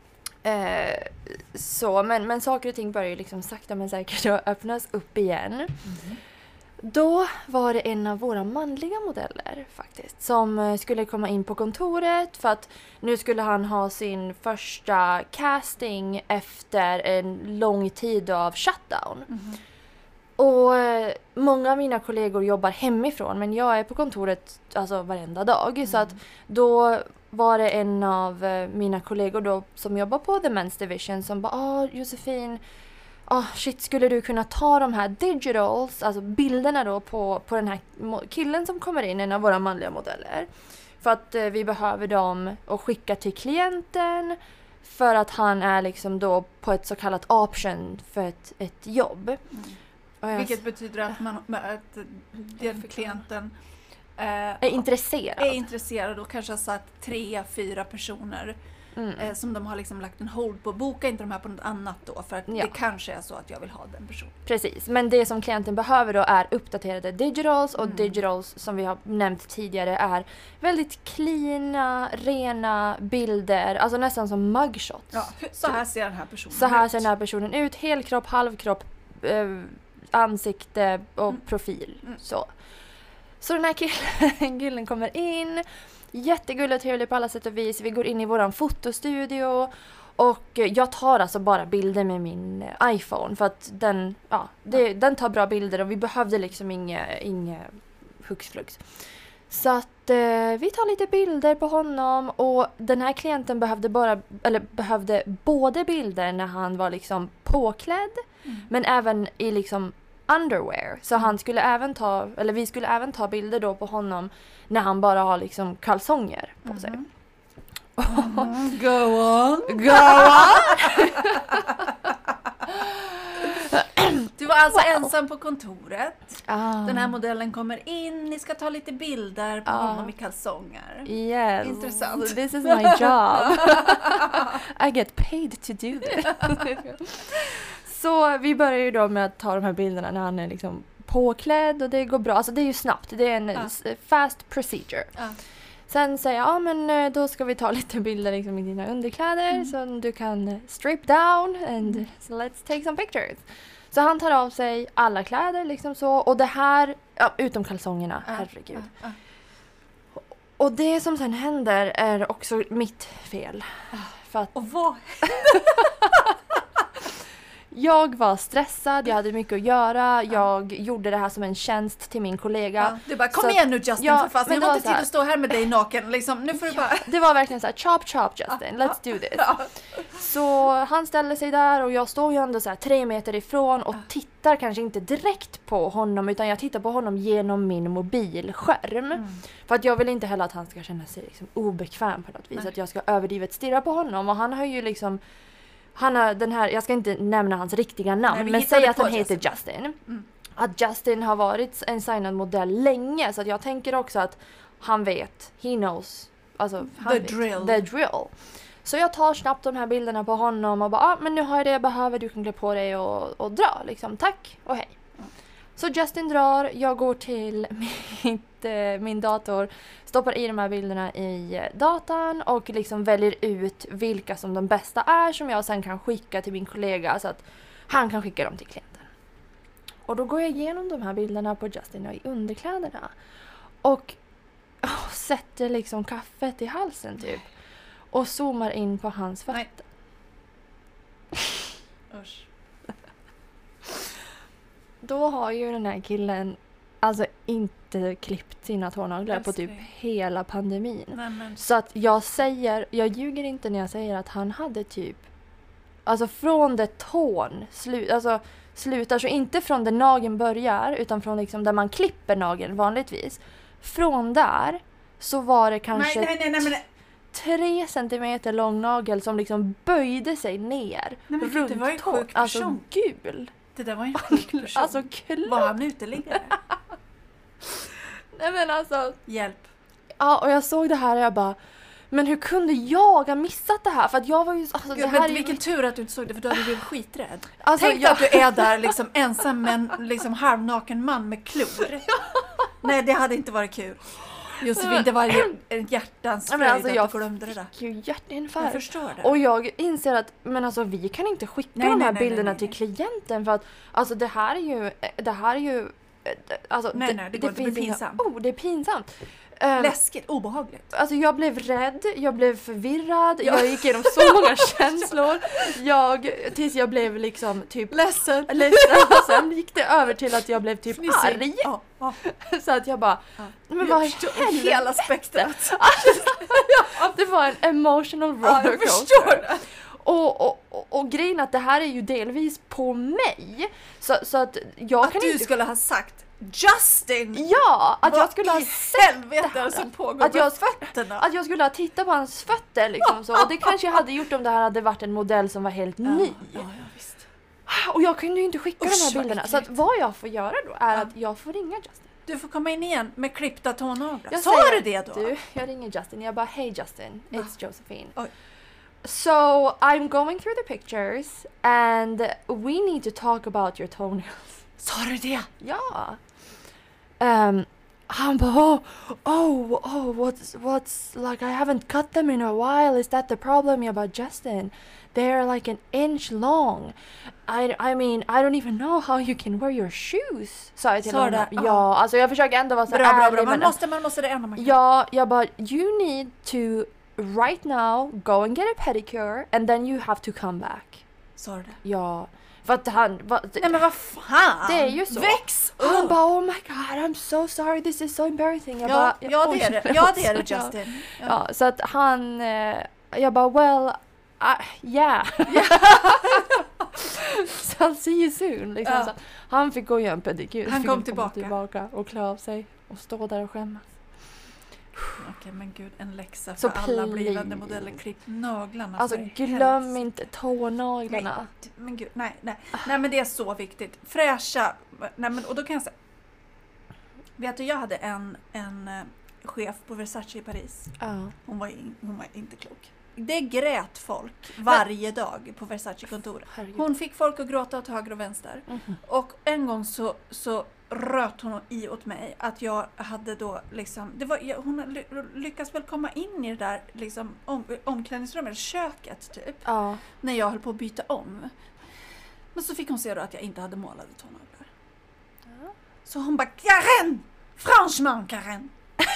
Men saker och ting börjar ju liksom sakta men säkert att öppnas upp igen. Då var det en av våra manliga modeller faktiskt som skulle komma in på kontoret för att nu skulle han ha sin första casting efter en lång tid av shutdown. Och många av mina kollegor jobbar hemifrån men jag är på kontoret alltså varenda dag. Så att då var det en av mina kollegor då som jobbar på The Men's Division som bara Josefin, skulle du kunna ta de här digitals, alltså bilderna då på den här killen som kommer in, en av våra manliga modeller. För att vi behöver dem och skicka till klienten för att han är liksom då på ett så kallat option för ett jobb. Vilket betyder att den klienten är intresserad och kanske har satt 3-4 personer som de har liksom lagt en hold på. Boka inte de här på något annat då för att det kanske är så att jag vill ha den personen. Precis, men det som klienten behöver då är uppdaterade digitals och digitals som vi har nämnt tidigare är väldigt cleana, rena bilder, alltså nästan som mugshots. Ja, så här ser den här personen ut. Så här ser den här personen ut, helkropp, halvkropp, ansikte och profil. Så den här killen kommer in, jättegullig och trevlig på alla sätt och vis. Vi går in i våran fotostudio och jag tar alltså bara bilder med min iPhone för att den tar bra bilder och vi behövde liksom inga hux flux. Så att vi tar lite bilder på honom och den här klienten behövde både bilder när han var liksom påklädd men även i liksom underwear. Så han skulle vi skulle även ta bilder då på honom när han bara har liksom kalsonger på sig. Go on. Du var alltså ensam på kontoret. Den här modellen kommer in. Ni ska ta lite bilder på honom i kalsonger. Yes. Intressant. This is my job. I get paid to do this. Så vi börjar ju då med att ta de här bilderna när han är liksom påklädd och det går bra. Alltså det är ju snabbt. Det är en fast procedure. Sen säger jag, men då ska vi ta lite bilder liksom i dina underkläder så du kan strip down and so let's take some pictures. Så han tar av sig alla kläder liksom så och det här, utom kalsongerna, herregud. Och det som sen händer är också mitt fel. För att och vad? Jag var stressad, jag hade mycket att göra, jag gjorde det här som en tjänst till min kollega. Du bara, kom igen nu Justin, för fast jag har inte tid att stå här med dig naken, liksom. Nu får du bara... Det var verkligen så här, chop Justin, let's do this. Så han ställer sig där och jag står ju ändå så här 3 meter ifrån och tittar kanske inte direkt på honom utan jag tittar på honom genom min mobilskärm. För att jag vill inte heller att han ska känna sig liksom obekväm på något vis, att jag ska överdrivet stirra på honom och han har ju liksom han har den här, jag ska inte nämna hans riktiga namn, men säg att han heter Justin. Att Justin har varit en signad modell länge så att jag tänker också att han vet, he knows, alltså the drill. Så jag tar snabbt de här bilderna på honom och bara, men nu har jag det jag behöver, du kan klä på dig och dra liksom, tack och hej. Så Justin drar, jag går till min dator, stoppar i de här bilderna i datan och liksom väljer ut vilka som de bästa är som jag sen kan skicka till min kollega så att han kan skicka dem till klienten. Och då går jag igenom de här bilderna på Justin i underkläderna. Och sätter liksom kaffet i halsen typ. Och zoomar in på hans fötter. Usch. Då har ju den här killen alltså inte klippt sina tånaglar på typ hela pandemin. Nej. Så att jag ljuger inte när jag säger att han hade typ, alltså från det tån slutar, så inte från där nageln börjar utan från liksom där man klipper nageln vanligtvis. Från där så var det kanske Nej. 3 centimeter lång nagel som liksom böjde sig ner runt det var en tån. sjuk person. Alltså gul. Det där var en sjuk person. Alltså klart. Var han uteliggare? Nej men alltså. Hjälp. Ja, och jag såg det här och jag bara, men hur kunde jag ha missat det här? För att jag var ju... Alltså, Gud, det här men är vilken tur att du inte såg det, för du hade blivit skiträdd. Alltså, tänk att du är där liksom ensam med en liksom halvnaken man med klor. Nej, det hade inte varit kul. Josefin, det var en hjärtans fröjd alltså, att jag du glömde det där. fick ju hjärtinfarkt. Jag förstår det. Och jag inser att men alltså, vi kan inte skicka de här bilderna till klienten. För att alltså, det här är ju alltså, det blir pinsamt. Det är pinsamt. Läskigt, obehagligt. Alltså jag blev rädd, jag blev förvirrad, jag gick igenom så många känslor. Tills jag blev liksom typ ledsen. Och sen gick det över till att jag blev typ arg. Ja. Så att jag bara, men vad är hela spektrat? Det var en emotional rollercoaster. Jag förstår det. Och grejen att det här är ju delvis på mig. Så att jag att kan du inte... skulle ha sagt Justin! Ja, att jag skulle ha sett det här som pågår att jag, fötterna. att jag skulle ha tittat på hans fötter liksom så. Och det kanske jag hade gjort om det här hade varit en modell som var helt ny. Ja, visst. Och jag kunde ju inte skicka de här bilderna. Så att vad jag får göra då är att jag får ringa Justin. Du får komma in igen med klippta tånaglar. Sa du det då? Jag ringer Justin. Jag bara, hey Justin, it's Josephine. Oj. So I'm going through the pictures and we need to talk about your toenails. Sa du det? Ja. Han bara, what's like I haven't cut them in a while. Is that the problem? Jag bara, Justin, they're like an inch long. I mean, I don't even know how you can wear your shoes. Sa jag till honom. Ja, alltså jag försöker ändå vara så ärlig. Man måste det ena man kan. Ja, jag bara, you need to right now go and get a pedicure and then you have to come back. Sa du det? Ja. För att han... Nej men vad fan! Det är ju så. Väx! Han bara, oh my god, I'm so sorry, this is so embarrassing. Jag bara, det är det. Ja, det är det, Justin. Ja, så att han... jag bara, well, yeah. So I'll see you soon. Liksom. Ja. Så han fick gå och göra en pedikyr. Han kom tillbaka och klä av sig och stå där och skämmas. Okej, men gud, en läxa Så för alla blivande modeller. Klipp naglarna. Alltså glöm inte tånaglarna. Men gud, nej. Nej, men det är så viktigt. Fräscha. Nej, men, och då kan jag säga. Vet du, jag hade en chef på Versace i Paris. Hon var inte klok. Det grät folk varje dag på Versace-kontoret. Hon fick folk att gråta åt höger och vänster. Och en gång så röt hon i åt mig att jag hade då liksom, hon lyckas väl komma in i det där liksom omklädningsrummet, köket typ, när jag höll på att byta om. Men så fick hon se då att jag inte hade målade tånaglar. Så hon bara, Karen! Franchement, Karen!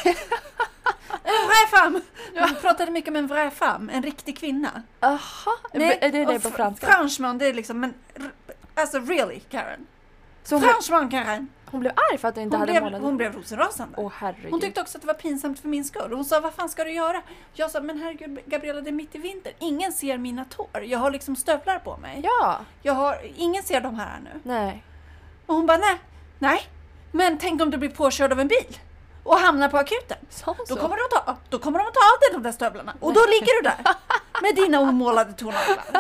En vraie femme! Hon pratade mycket med en vraie femme, en riktig kvinna. Aha, är det på franska? Franchement, det är liksom, men alltså really, Karen. Så Franchement, Karen. Hon blev arg för att du inte hade målat. Hon blev rosenrasande. Herregud. Hon tyckte också att det var pinsamt för min skull. Hon sa, vad fan ska du göra? Jag sa, men herregud Gabriella, det är mitt i vinter. Ingen ser mina tår. Jag har liksom stövlar på mig. Ja. Ingen ser de här nu. Nej. Och hon bara, nej. Men tänk om du blir påkörd av en bil och hamnar på akuten. Då kommer de att ta av dig de där stövlarna. Och då ligger du där med dina omålade tånaglar.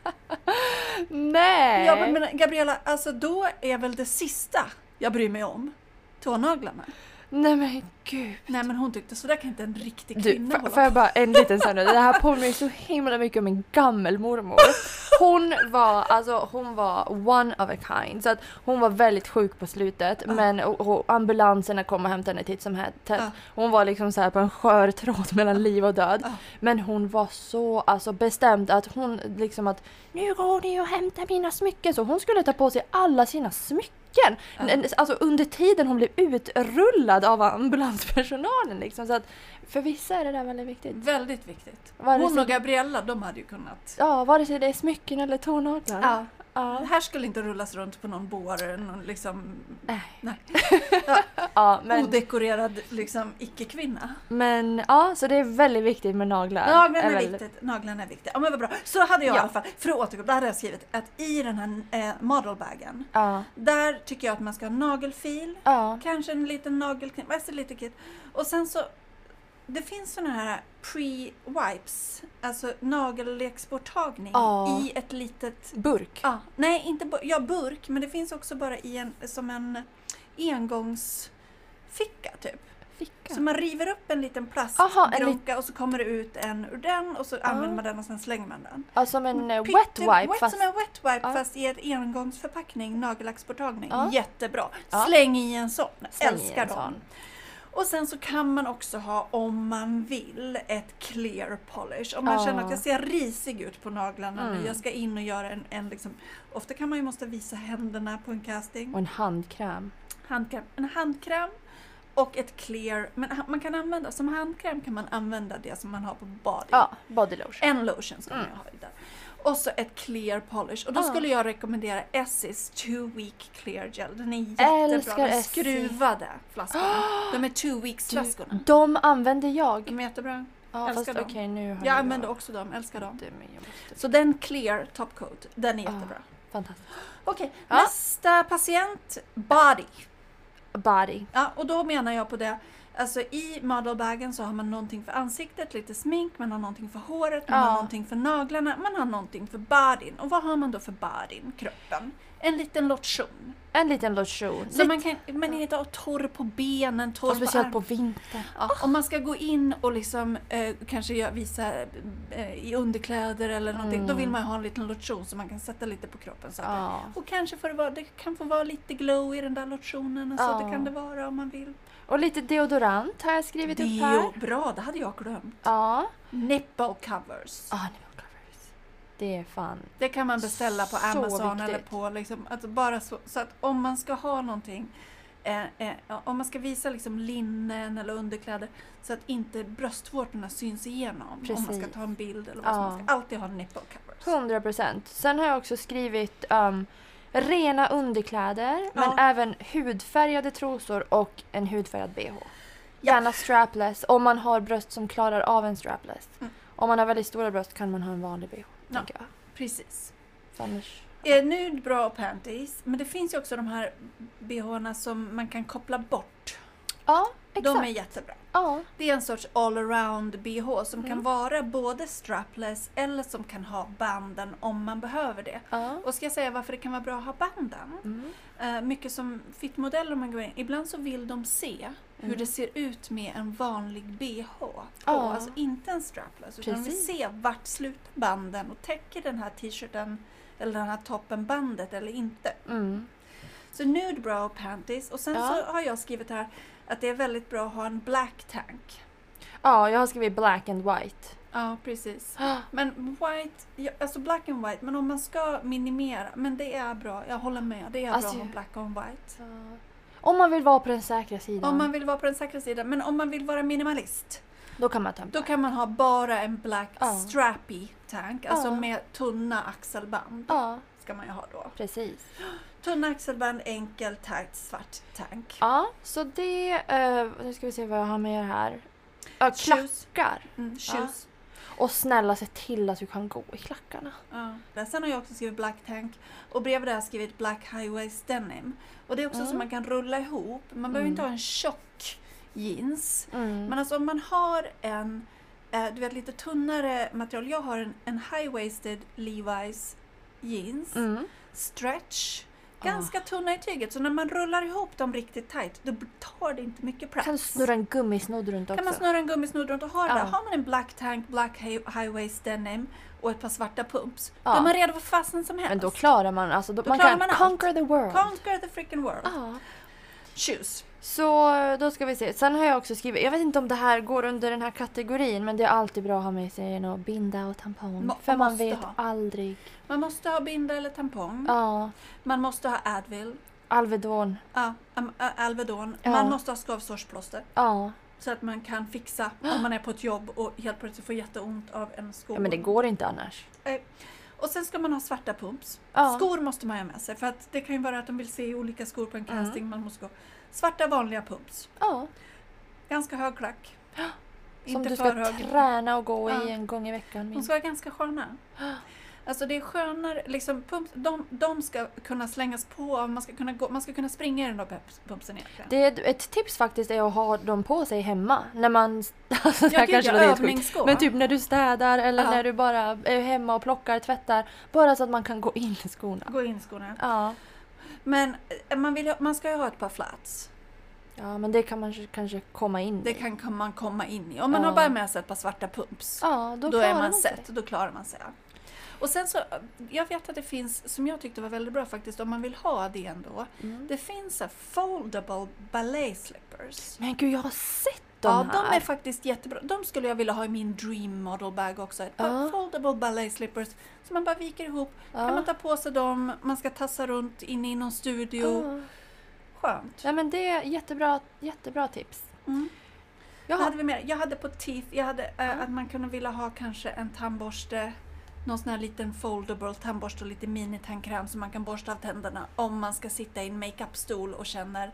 Nej. Ja, men Gabriella, alltså då är väl det sista jag bryr mig om tånaglarna. Nej men gud. Nej, men hon tyckte så där kan inte en riktig kvinna hålla får jag bara en liten sak nu? Det här påminner så himla mycket om min gammelmormor. Hon var one of a kind. Så att hon var väldigt sjuk på slutet. Men och ambulanserna kom och hämtade henne titt som tätt. Hon var liksom så här på en skör tråd mellan liv och död. Men hon var så bestämd att hon liksom att nu går ni och hämtar mina smycken. Så hon skulle ta på sig alla sina smycken. Alltså under tiden hon blev utrullad av ambulanspersonalen liksom. Så att för vissa är det där väldigt viktigt. Väldigt viktigt. Hon och Gabriella, de hade ju kunnat. Ja, vare sig det är smycken eller tånaglar. Ja. Det här skulle inte rullas runt på någon båre, någon liksom nej. Men odekorerad liksom icke-kvinna. Men så det är väldigt viktigt med naglar. Naglarna är viktiga. Ja, men vad bra. Så hade jag i alla fall, för att återgå, där hade jag skrivit att i den här modelbagen, där tycker jag att man ska ha nagelfil, kanske en liten nagelkniv, lite kit. Och sen så det finns såna här pre-wipes, alltså nagelleksborttagning i ett litet burk. Nej, inte burk, men det finns också bara i som en engångsficka typ. Så man river upp en liten plastgrunka och så kommer det ut en ur den och så använder man den och sen slänger man den. Som en wet wipe. Som en wet wipe fast i ett engångsförpackning, nagellacksborttagning. Jättebra. Släng i en sån. Älskar dem. Och sen så kan man också ha, om man vill, ett clear polish. Om man känner att jag ser risig ut på naglarna nu, jag ska in och göra en liksom, ofta kan man ju måste visa händerna på en casting. Och en handkräm. En handkräm och ett clear, men man kan använda, som handkräm kan man använda det som man har på body. Ja, body lotion. En lotion ska man ha där. Och så ett clear polish. Och då skulle jag rekommendera Essie's 2 Week Clear Gel. Den är jättebra. De skruvade flaskorna. De är 2 weeks flaskorna. De använder jag. De är jättebra. Älskar dem. Okay, nu har jag använder också dem. Älskar dem. Så den clear top coat, den är jättebra. Fantastiskt. Okej, nästa patient. Body. Ja, och då menar jag på det. Alltså i modelbagen så har man någonting för ansiktet, lite smink, man har någonting för håret, man har någonting för naglarna, man har någonting för bodyn. Och vad har man då för bodyn, kroppen? En liten lotion. Så man kan inte ha torr på benen, torr på speciellt på vintern. Ja, om man ska gå in och liksom kanske visa i underkläder eller någonting, då vill man ha en liten lotion så man kan sätta lite på kroppen. Så. Och kanske det kan få vara lite glow i den där lotionen och så, det kan det vara om man vill. Och lite deodorant har jag skrivit upp här. Bra, det hade jag glömt. Nipple covers. Det är fan. Det kan man beställa på Amazon eller på liksom, alltså bara så att om man ska ha någonting, om man ska visa liksom linnen eller underkläder så att inte bröstvårtorna syns igenom. Precis. Om man ska ta en bild eller vad som man ska alltid ha nipple covers. 100%. Sen har jag också skrivit rena underkläder, men även hudfärgade trosor och en hudfärgad bh. Gärna strapless, om man har bröst som klarar av en strapless. Om man har väldigt stora bröst kan man ha en vanlig bh. Ja, precis. Annars, nude bra panties, men det finns ju också de här bh:na som man kan koppla bort. Ja, exakt. De är jättebra. Det är en sorts all-around bh som kan vara både strapless eller som kan ha banden om man behöver det. Och ska jag säga varför det kan vara bra att ha banden? Mycket som fitmodeller om man går in. Ibland så vill de se hur det ser ut med en vanlig bh. Alltså inte en strapless. Utan de vill se vart slutar banden och täcker den här t-shirten eller den här toppen bandet eller inte. Så nude brow panties. Och sen så har jag skrivit här att det är väldigt bra att ha en black tank. Ja, jag har skrivit black and white. Ja, precis. Men white, alltså black and white, men om man ska minimera, men det är bra, jag håller med, det är bra att ha black and white. Om man vill vara på den säkra sidan. Men om man vill vara minimalist, då kan man ha bara en black strappy tank, alltså med tunna axelband. Ska man ju ha då. Precis. Tunna axelband, enkel, tight, svart tank. Ja, så det, nu ska vi se vad jag har med här. Klackar. Shoes. Och snälla se till att du kan gå i klackarna. Sen har jag också skrivit black tank. Och bredvid det har jag skrivit black high-waist denim. Och det är också som man kan rulla ihop. Man behöver inte ha en tjock jeans. Men alltså om man har en lite tunnare material. Jag har en high-waisted Levi's jeans. Stretch. Ganska tunna i tyget. Så när man rullar ihop dem riktigt tight, då tar det inte mycket plats. Kan du snurra en gummisnodd runt också? Kan man snurra en gummisnodd runt och ha det där. Har man en black tank, black high waist denim och ett par svarta pumps. Då är man redo för fasen som helst. Men då klarar man, alltså man kan conquer the world. Conquer the freaking world. Shoes. Så då ska vi se. Sen har jag också skrivit, jag vet inte om det här går under den här kategorin, men det är alltid bra att ha med sig en binda och tampong. För man vet aldrig. Man måste ha binda eller tampong. Ja. Man måste ha Advil. Alvedon. Ja, Alvedon. Ja. Man måste ha skavsårsplåster. Ja. Så att man kan fixa om man är på ett jobb och helt plötsligt får jätteont av en sko. Ja, men det går inte annars. Och sen ska man ha svarta pumps. Skor måste man ha med sig. För att det kan ju vara att de vill se olika skor på en casting. Man måste gå. Svarta vanliga pumps. Ja. Ganska hög klack. Som inte du för ska hög. träna och gå i en gång i veckan. De ska vara ganska sköna. Alltså det är skönare, liksom pumps, de ska kunna slängas på, man ska kunna springa i den där pumpsen egentligen. Det är ett tips faktiskt är att ha dem på sig hemma när man alltså övningsskor. Men typ när du städar eller när du bara är hemma och plockar, tvättar, bara så att man kan gå in i skorna. Gå in i skorna. Ja. Men man ska ju ha ett par flats. Ja, men det kan man kanske komma in i. Det kan man komma in i. Om man har bara med sig ett par svarta pumps. Ja, då är man sett. Då klarar man sig. Och sen så, jag vet att det finns, som jag tyckte var väldigt bra faktiskt, om man vill ha det ändå. Det finns foldable ballet slippers. Men gud, jag har sett dem här. De är faktiskt jättebra. De skulle jag vilja ha i min dream model bag också. Ett par foldable ballet slippers som man bara viker ihop. Kan man ta på sig dem, man ska tassa runt inne i någon studio. Skönt. Ja, men det är jättebra tips. Vad hade vi mer? Jag hade på teeth, att man kunde vilja ha kanske en tandborste, någon sån här liten foldable tandborste och lite mini-tandkräm som man kan borsta av tänderna om man ska sitta i en make-up-stol och känner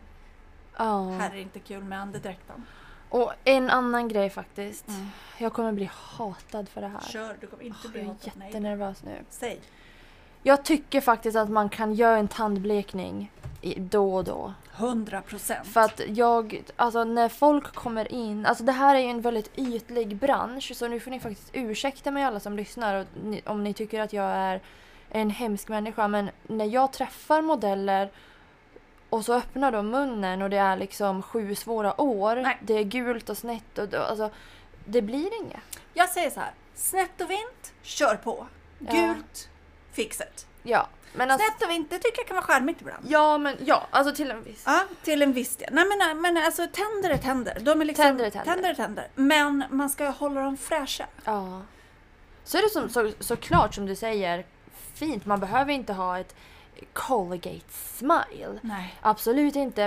här är det inte kul med andedräkten. Och en annan grej faktiskt. Jag kommer bli hatad för det här. Kör, du kommer inte bli hatad. Jag är jättenervös nu. Säg. Jag tycker faktiskt att man kan göra en tandblekning då och då. 100%. För att alltså när folk kommer in, alltså det här är ju en väldigt ytlig bransch, så nu får ni faktiskt ursäkta mig alla som lyssnar och om ni tycker att jag är en hemsk människa, men när jag träffar modeller och så öppnar de munnen och det är liksom 7 svåra år, det är gult och snett och alltså det blir inget. Jag säger så här, snett och vint, kör på. Gult, fixet. Ja. Men alltså, snett och vint, det tycker jag kan vara charmigt ibland. Ja, alltså till en viss. Ja, till en viss del. Nej men alltså tänder är tänder. De är liksom tänder är tänder. Men man ska hålla dem fräscha. Ja. Så är det såklart som du säger, fint. Man behöver inte ha ett Colgate smile. Nej. Absolut inte,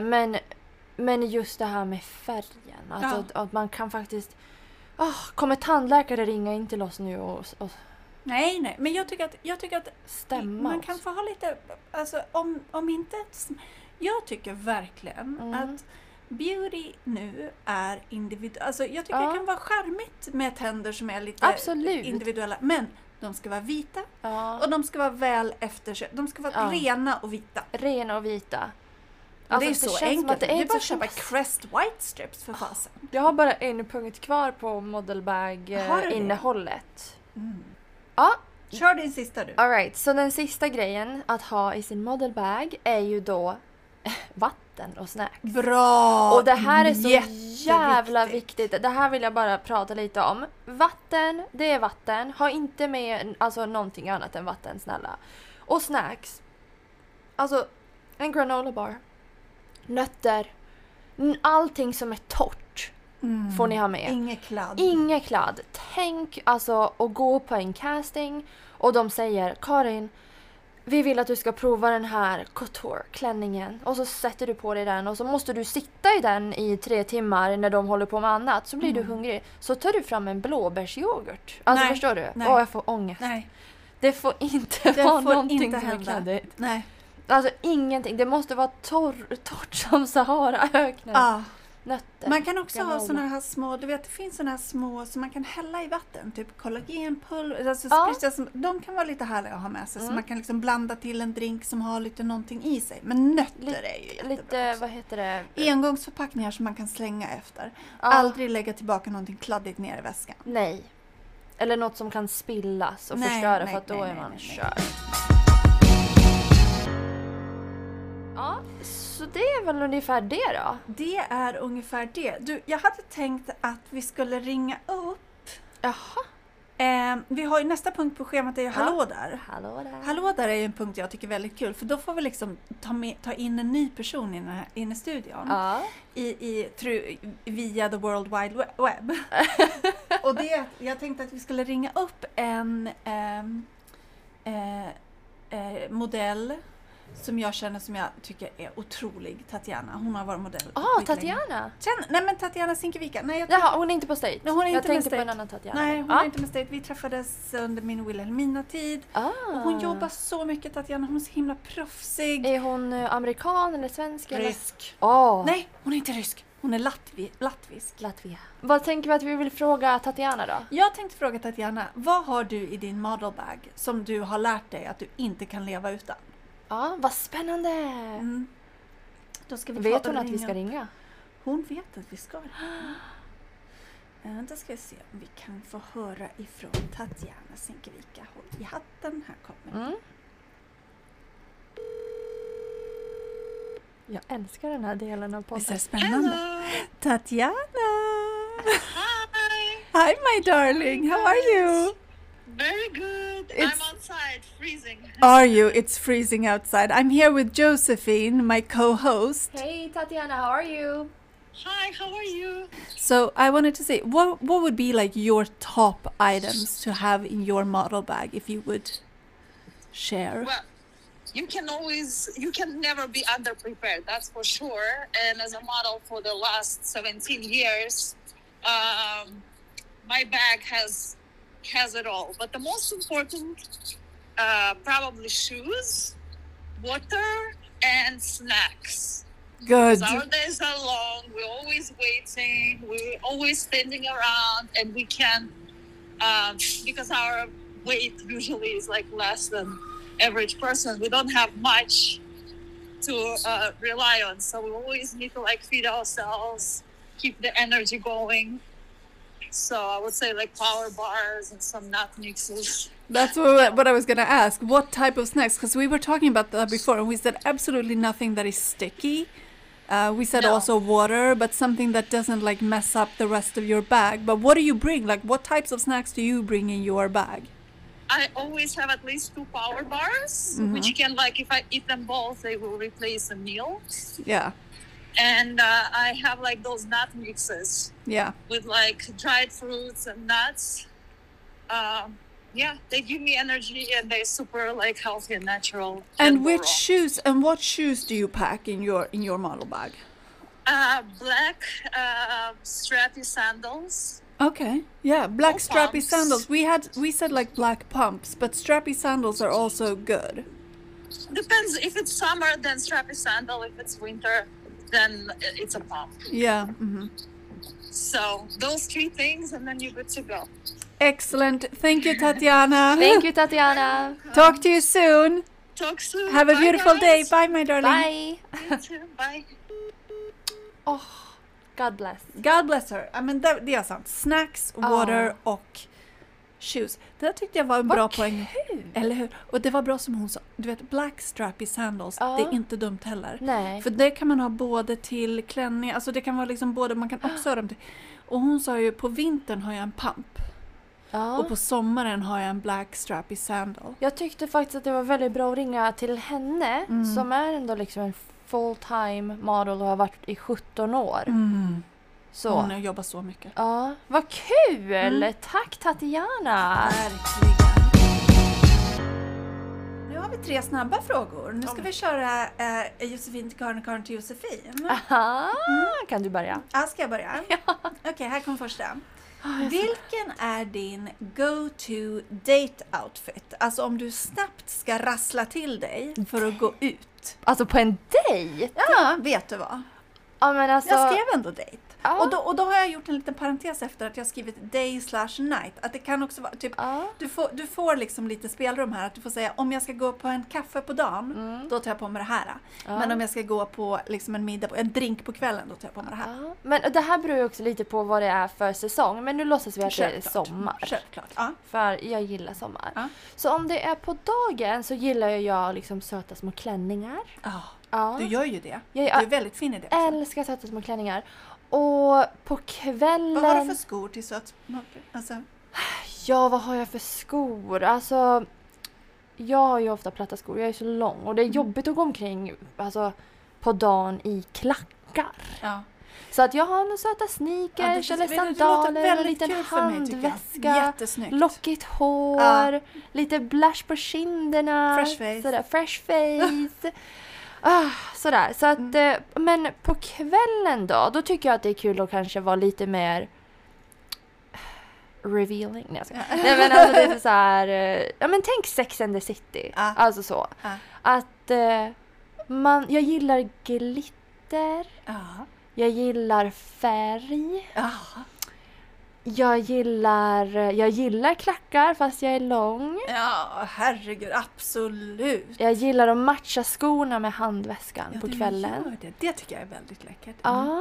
men just det här med färgen, alltså att man kan faktiskt kommer tandläkare ringa in till oss nu och Nej, men jag tycker att stämma man kan få ha lite, alltså om inte jag tycker verkligen att beauty nu är individuellt. Alltså jag tycker det kan vara charmigt med tänder som är lite individuella, men de ska vara vita och de ska vara väl efterköp. De ska vara rena och vita. Rena och vita. Alltså, det är så enkelt. Det är bara att köpa Crest White Strips för fasen. Jag har bara en punkt kvar på modelbag-innehållet. Ja. Kör din sista du. All right, så den sista grejen att ha i sin modelbag är ju då vatten och snacks. Bra! Och det här är så jävla viktigt. Det här vill jag bara prata lite om. Vatten, det är vatten. Ha inte med alltså någonting annat än vatten, snälla. Och snacks. Alltså en granola bar. Nötter. Allting som är torrt. Får ni ha med. Inget kladd. Tänk alltså att gå på en casting och de säger Karin, vi vill att du ska prova den här couture-klänningen. Och så sätter du på dig den och så måste du sitta i den i 3 timmar när de håller på med annat. Så blir du hungrig. Så tar du fram en blåbärsyoghurt. Alltså förstår du? Jag får ångest. Nej. Det får inte vara någonting som är kladdigt. Nej. Alltså ingenting. Det måste vara torrt som Sahara-öknen. Nötter. Man kan också ha såna här små, du vet det finns såna här små som man kan hälla i vatten, typ kollagenpulver, alltså de kan vara lite härliga att ha med sig så man kan liksom blanda till en drink som har lite någonting i sig. Men nötter är ju jättebra. Lite, vad heter det? Engångsförpackningar som man kan slänga efter. Aldrig lägga tillbaka någonting kladdigt ner i väskan. Nej. Eller något som kan spillas och förstöra för att då är man körd. Ja, så det är väl ungefär det då? Det är ungefär det. Du, jag hade tänkt att vi skulle ringa upp. Jaha. Vi har ju nästa punkt på schemat är ju Hallå där. Hallå där. Hallå där är ju en punkt jag tycker är väldigt kul. För då får vi liksom ta in en ny person in i studion. Ja. Via the World Wide Web. Och jag tänkte att vi skulle ringa upp en modell som jag känner som jag tycker är otrolig. Tatjana. Hon har varit modell. Tatjana. Nej men Tatjana Sinkevika. Jaha, hon är inte på stage. Nej, hon är jag inte tänkte med på en annan Tatjana. Nej, hon är inte med state. Vi träffades under min Wilhelmina-tid. Och hon jobbar så mycket, Tatjana. Hon är så himla proffsig. Är hon amerikan eller svensk? Rysk. Nej, hon är inte rysk. Hon är latvisk. Latvia. Vad tänker vi att vi vill fråga Tatjana då? Jag tänkte fråga Tatjana, vad har du i din modelbag som du har lärt dig att du inte kan leva utan? Ja, vad spännande! Då ska vi vet hon att vi ska ringa? Hon vet att vi ska ringa. Då ska vi se om vi kan få höra ifrån Tatjana Sinkevika. Håll i hatten, här kommer Jag älskar den här delen av podden. Det är spännande. Hello. Tatjana! Hi! Hi my darling, how are you? Very good. I'm outside, freezing. Are you? It's freezing outside. I'm here with Josephine, my co-host. Hey Tatjana, how are you? Hi, how are you? So I wanted to say, what would be like your top items to have in your model bag if you would share? Well, you can never be underprepared, that's for sure. And as a model for the last 17 years, my bag has it all. But the most important, probably shoes, water, and snacks. Good. Our days are long. We're always waiting. We're always standing around, and we can, because our weight usually is like less than average person. We don't have much to rely on, so we always need to like feed ourselves, keep the energy going. So I would say like power bars and some nut mixes. That's what I was going to ask. What type of snacks? Because we were talking about that before, and we said absolutely nothing that is sticky. We said also water, but something that doesn't like mess up the rest of your bag. But what do you bring? Like, what types of snacks do you bring in your bag? I always have at least 2 power bars, which can like, if I eat them both, they will replace a meal. Yeah. And I have like those nut mixes. Yeah. With like dried fruits and nuts. Yeah, they give me energy and they're super like healthy and natural. And what shoes do you pack in your model bag? Black strappy sandals. Okay. Yeah, black strappy pumps. sandals. We said like black pumps, but strappy sandals are also good. Depends. If it's summer, then strappy sandal. If it's winter, then it's a pump. Yeah. So those 3 things, and then you're good to go. Excellent. Thank you, Tatjana. Thank you Tatjana. Talk to you soon. Talk soon. Have a Bye, beautiful day. guys. Bye, my darling. Bye. You too. Bye. God bless. God bless her. Ja, men det är sant. Snacks, water och shoes. Det där tyckte jag var en bra poäng. Eller hur? Och det var bra som hon sa. Du vet, black strappy sandals. Det är inte dumt heller. Nej. För det kan man ha både till klänning. Alltså det kan vara liksom både. Man kan också ha dem till. Och hon sa ju på vintern har jag en pump. Och på sommaren har jag en black strappy sandal. Jag tyckte faktiskt att det var väldigt bra att ringa till henne som är ändå liksom en full-time model och har varit i 17 år. Så. Hon jobbar så mycket. Ja, vad kul! Tack Tatjana! Verkligen. Nu har vi 3 snabba frågor. Nu ska vi köra Josefin till Karin till Josefin. Aha, kan du börja? Ja, ska jag börja? Okej, här kommer första. Vilken är din go-to date outfit? Alltså om du snabbt ska rassla till dig för att gå ut. Alltså på en dejt? Ja, vet du vad? Ja, men alltså, Jag skrev ändå date. Ja. Och då har jag gjort en liten parentes efter att jag skrivit day/night. Att det kan också vara typ, du får liksom lite spelrum här. Att du får säga, om jag ska gå på en kaffe på dagen, då tar jag på mig det här. Men om jag ska gå på liksom en drink på kvällen, då tar jag på mig det här. Ja. Men det här beror ju också lite på vad det är för säsong. Men nu låtsas vi att det är sommar. Självklart. Ja. För jag gillar sommar. Ja. Så om det är på dagen så gillar jag liksom söta små klänningar. Ja. Du gör ju det. Jag du är väldigt fin i det också. Älskar söta små klänningar. Och på kvällen... Vad har du för skor till söt? Alltså... Ja, vad har jag för skor? Alltså, jag har ju ofta platta skor. Jag är så lång. Och det är jobbigt att gå omkring på dagen i klackar. Ja. Så att jag har några söta sneakers eller sandaler, en liten handväska, jättesnyggt. lockigt hår, lite blush på kinderna. Fresh face. Sådär, fresh face. Sådär. Så att, men på kvällen då tycker jag att det är kul att kanske vara lite mer revealing. Nej, men alltså lite så här, ja men tänk Sex and the City. Alltså så. Att jag gillar glitter. Jag gillar färg. Jag gillar klackar fast jag är lång. Ja, herregud, absolut. Jag gillar att matcha skorna med handväskan på kvällen. Det tycker jag är väldigt läckert. Ja.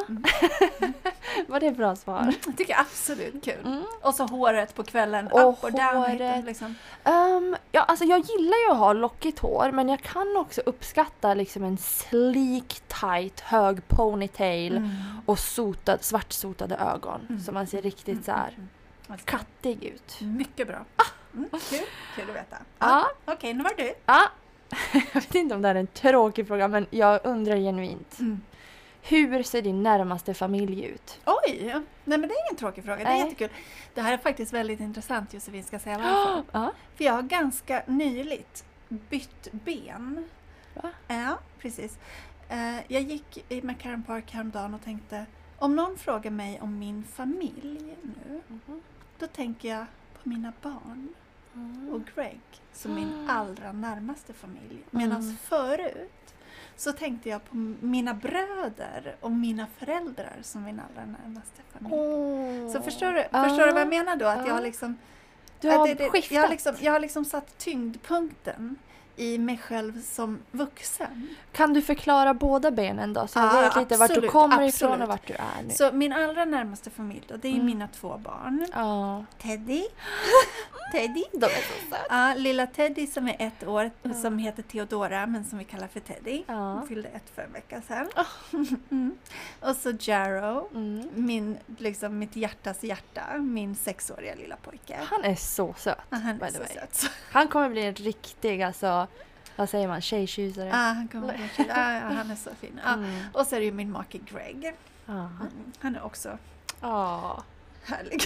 Var det ett bra svar? Jag tycker absolut kul. Och så håret på kvällen. Och up och down. Liksom. Ja, alltså jag gillar ju att ha lockigt hår, men jag kan också uppskatta liksom en sleek, tight, hög ponytail och svartsotade ögon. Så man ser riktigt så här kattig ut. Mycket bra. Kul att veta. Okej, nu var du. Jag vet inte om det här är en tråkig fråga, men jag undrar genuint. Hur ser din närmaste familj ut? Oj! Nej, men det är ingen tråkig fråga. Det är jättekul. Det här är faktiskt väldigt intressant, Josefin, ska säga varför. För jag har ganska nyligt bytt ben. Va? Ja, precis. Jag gick i McCarran Park häromdagen och tänkte, om någon frågar mig om min familj nu, då tänker jag på mina barn och Greg som min allra närmaste familj. Medan förut så tänkte jag på mina bröder och mina föräldrar som min allra närmaste familj. Så förstår du vad jag menar då? Att jag har liksom... Du har skiftat. Jag har liksom satt tyngdpunkten i mig själv som vuxen. Kan du förklara båda benen då? Så jag vet lite vart du kommer ifrån och vart du är nu. Så min allra närmaste familj då, det är mina 2 barn. Teddy. De är så söta. Lilla Teddy som är 1 år, som heter Theodora, men som vi kallar för Teddy. Hon fyllde 1 för en vecka sedan. Och så Jarrow, mitt hjärtas hjärta, min 6-åriga lilla pojke. Han är så söt. Han är så söt. Han kommer bli en riktig, alltså, vad säger man, tjejtjusare. Han kommer bli han är så fin. Och så är det ju min make Greg. Han är också härlig.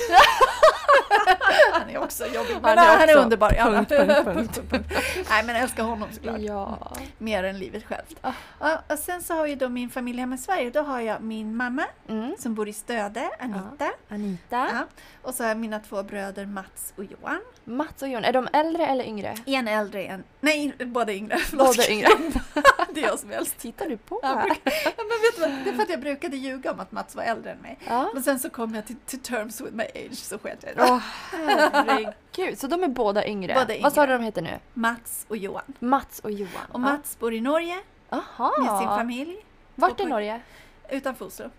Han är också jobbig. Men han är underbar. Punkt. Nej, men jag älskar honom såklart. Ja. Mer än livet självt. Och sen så har jag då min familj hemma i Sverige. Då har jag min mamma som bor i Stöde, Anita. Och så har jag mina 2 bröder Mats och Johan. Mats och Johan, är de äldre eller yngre? En äldre, nej, båda yngre. Båda yngre. Det är jag som är äldst. Tittar du på? Men vet du vad? Det är för att jag brukade ljuga om att Mats var äldre än mig. Men sen så kom jag till terms with my age, så sket jag det. Herregud, så de är båda yngre. Vad sa du de heter nu? Mats och Johan. Och Mats bor i Norge med sin familj. Vart i Norge? Utanför Oslo.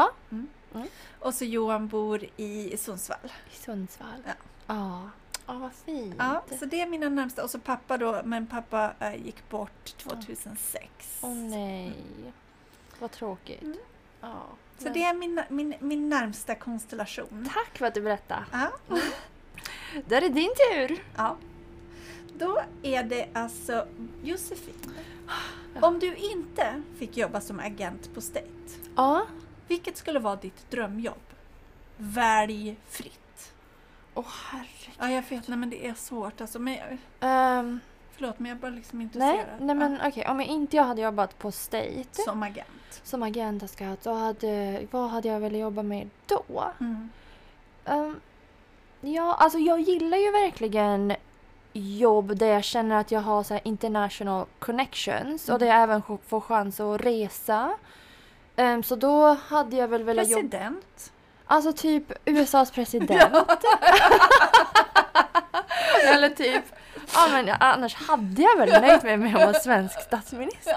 Och så Johan bor i Sundsvall. Vad fint. Så det är mina närmsta. Och så pappa då, men pappa gick bort 2006. Nej, vad tråkigt. Så det är min närmsta konstellation. Tack för att du berättade. Då är det din tur. Då är det alltså Josefin. Om du inte fick jobba som agent på State, vilket skulle vara ditt drömjobb? Välj fritt. Herregud. Jag vet, men det är svårt. Alltså, men förlåt, men jag är bara liksom intresserad. Nej, men okej. Om jag hade jobbat på State som agent, vad hade jag velat jobba med då? Alltså jag gillar ju verkligen jobb där jag känner att jag har så här international connections och där jag även får chans att resa. Så då hade jag väl velat jobba... President? Alltså typ USAs president. Eller typ... Ja, men annars hade jag väl nöjt mig med att vara svensk statsminister.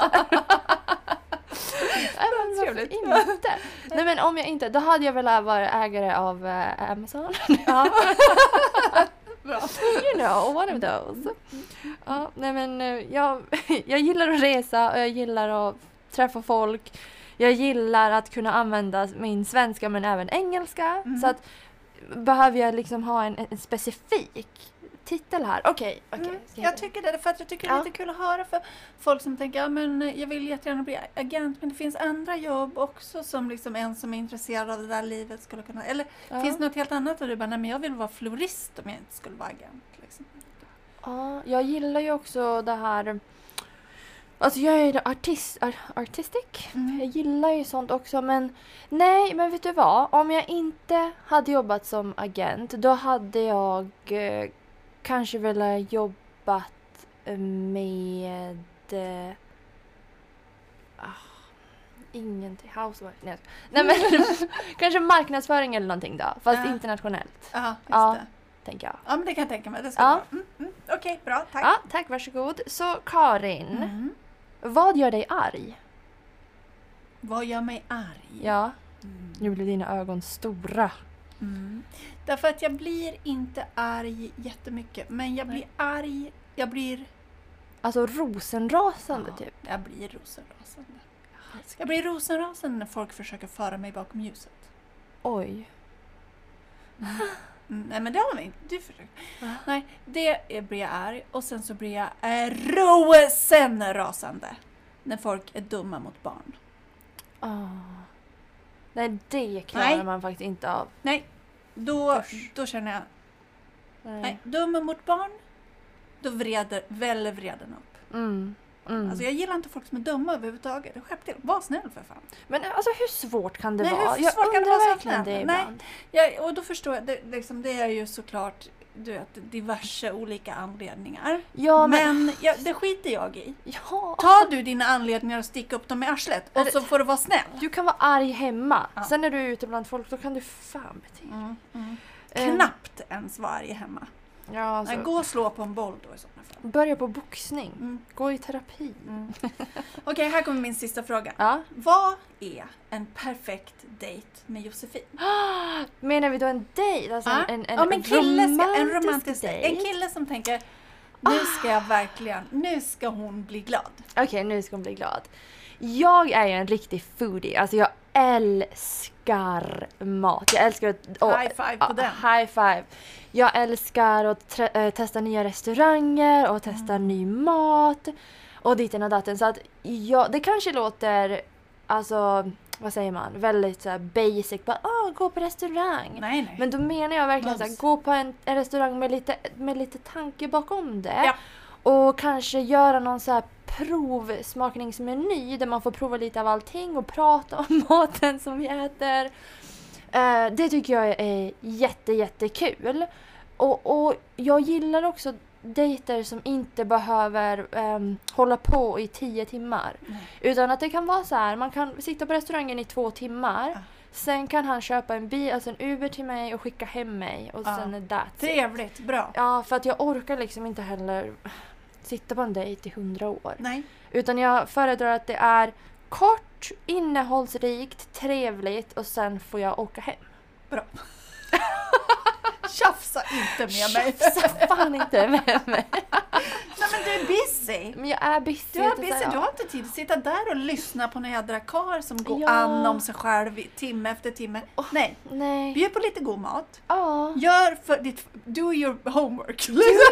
Trevligt. Inte. Nej, men om jag inte... Då hade jag velat vara ägare av Amazon. Ja. Bra. You know, one of those. Ja, nej men jag gillar att resa och jag gillar att träffa folk. Jag gillar att kunna använda min svenska men även engelska. Så att behöver jag liksom ha en specifik titel här. Okej. Jag tycker det, för att jag tycker det är lite kul att höra för folk som tänker, ja men jag vill jättegärna bli agent, men det finns andra jobb också som liksom en som är intresserad av det där livet skulle kunna, eller finns det något helt annat och du bara, nej men jag vill vara florist om jag inte skulle vara agent liksom. Ja, jag gillar ju också det här, alltså jag är artistic. Jag gillar ju sånt också, men nej, men vet du vad? Om jag inte hade jobbat som agent, då hade jag kanske velat jobbat med ingenting, housewife. Nej men kanske marknadsföring eller någonting då, fast internationellt. Ja, just det. Tänker jag. Ja, men det kan jag tänka mig. Det ska vara. Okej, bra, tack. Ja, tack, varsågod. Så Karin, vad gör dig arg? Vad gör mig arg? Ja, nu blir dina ögon stora. Därför att jag blir inte arg jättemycket, men jag blir arg, jag blir... Alltså rosenrasande typ. Jag blir rosenrasande. Jag blir rosenrasande när folk försöker föra mig bakom ljuset. Oj. Nej, men det har vi inte. Du försöker. Nej, det blir jag arg. Och sen så blir jag rosenrasande när folk är dumma mot barn. Nej, det klarar man faktiskt inte av. Nej, då känner jag... Nej, dumma mot barn, då väller vreden upp. Alltså jag gillar inte folk som är dumma överhuvudtaget. Skärp till. Var snäll för fan. Men alltså hur svårt kan det vara? Hur svårt kan det vara verkligen det ibland. Nej, och då förstår jag, det är ju såklart diverse olika anledningar. Ja, men det skiter jag i. Ja. Ta du dina anledningar och sticka upp dem i arslet och så får du vara snäll. Du kan vara arg hemma. Sen när du är ute bland folk, då kan du fan bete dig. Knappt ens vara arg hemma. Ja, alltså. Gå och slå på en boll då i sådana fall. Börja på boxning. Gå i terapi. Okej, här kommer min sista fråga. Ja. Vad är en perfekt dejt med Josefin? Menar vi då en dejt? Alltså en romantisk dejt. En kille som tänker, nu ska hon bli glad. Okej, nu ska hon bli glad. Jag är ju en riktig foodie. Alltså jag älskar mat. Jag älskar att... high five på den. High five. Jag älskar att testa nya restauranger och testa ny mat. Och ditten och datten. Så att det kanske låter... Alltså, vad säger man? Väldigt så här basic. Bara, gå på restaurang. Nej. Men då menar jag verkligen så här, gå på en restaurang med lite tanke bakom det. Ja. Och kanske göra någon så här provsmakningsmeny där man får prova lite av allting och prata om maten som vi äter. Det tycker jag är jättekul. Och jag gillar också dejter som inte behöver hålla på i 10 timmar. Utan att det kan vara så här, man kan sitta på restaurangen i 2 timmar. Sen kan han köpa en bil, alltså en Uber till mig och skicka hem mig. Och sen är det trevligt, bra. Ja, för att jag orkar liksom inte heller sitta på en dejt i 100 år. Nej. Utan jag föredrar att det är kort, innehållsrikt, trevligt och sen får jag åka hem. Bra. Tjafsa inte med mig. Tjafsa fan inte med mig. Nej, men du är busy. Men jag är busy. Du har inte tid att sitta där och lyssna på en jädra karl som går an om sig själv timme efter timme. Nej. Bjud på lite god mat. Do your homework.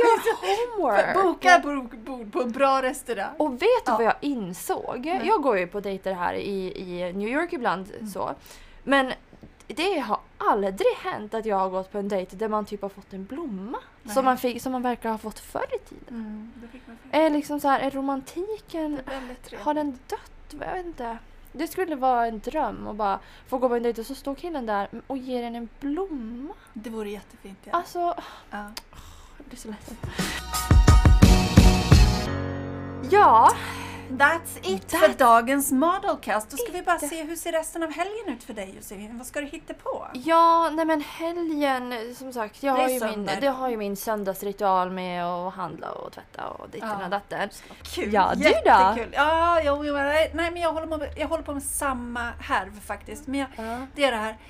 Boka bord på en bra restaurang. Och vet du vad jag insåg? Jag går ju på dejter här i New York ibland så. Men det har aldrig hänt att jag har gått på en dejt där man typ har fått en blomma. Som man verkar ha fått förr i tiden. Är liksom så här, är romantiken, har den dött? Jag vet inte. Det skulle vara en dröm att bara få gå på en dejt och så står killen där och ger en blomma. Det vore jättefint. Ja. Alltså, jag blir så ledsen. Ja, That's it för dagens Modelcast. Då ska vi bara se hur ser resten av helgen ut för dig, Josefin. Vad ska du hitta på? Ja, nej men helgen, som sagt, jag har ju min söndagsritual med att handla och tvätta och ditten och datten. Kul, ja, du jättekul. Ja, nej men jag håller på med samma härv faktiskt. Men det är det här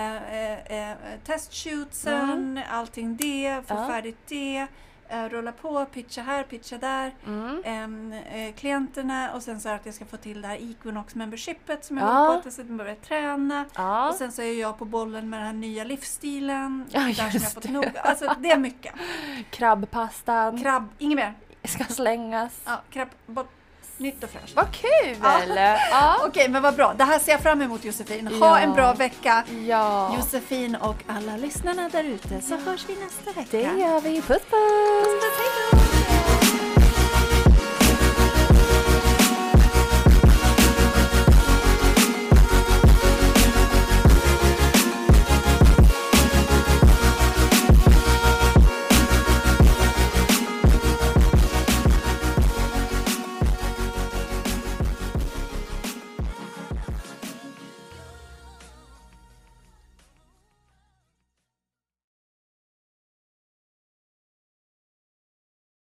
testshootsen, allting det, få färdigt det. Rulla på, pitcha här, pitcha där, klienterna och sen så att jag ska få till det här Equinox membershipet som jag håller på att jag börjar träna och sen så är jag på bollen med den här nya livsstilen där som jag fått nog. Alltså det är mycket. Krabbpastan. Inget mer. Ska slängas. Ja, nytt och fräscht. Vad kul! Okej, men vad bra. Det här ser jag fram emot, Josefin. Ha en bra vecka. Ja. Josefin och alla lyssnarna där ute, så hörs vi nästa vecka. Det gör vi. Puss puss!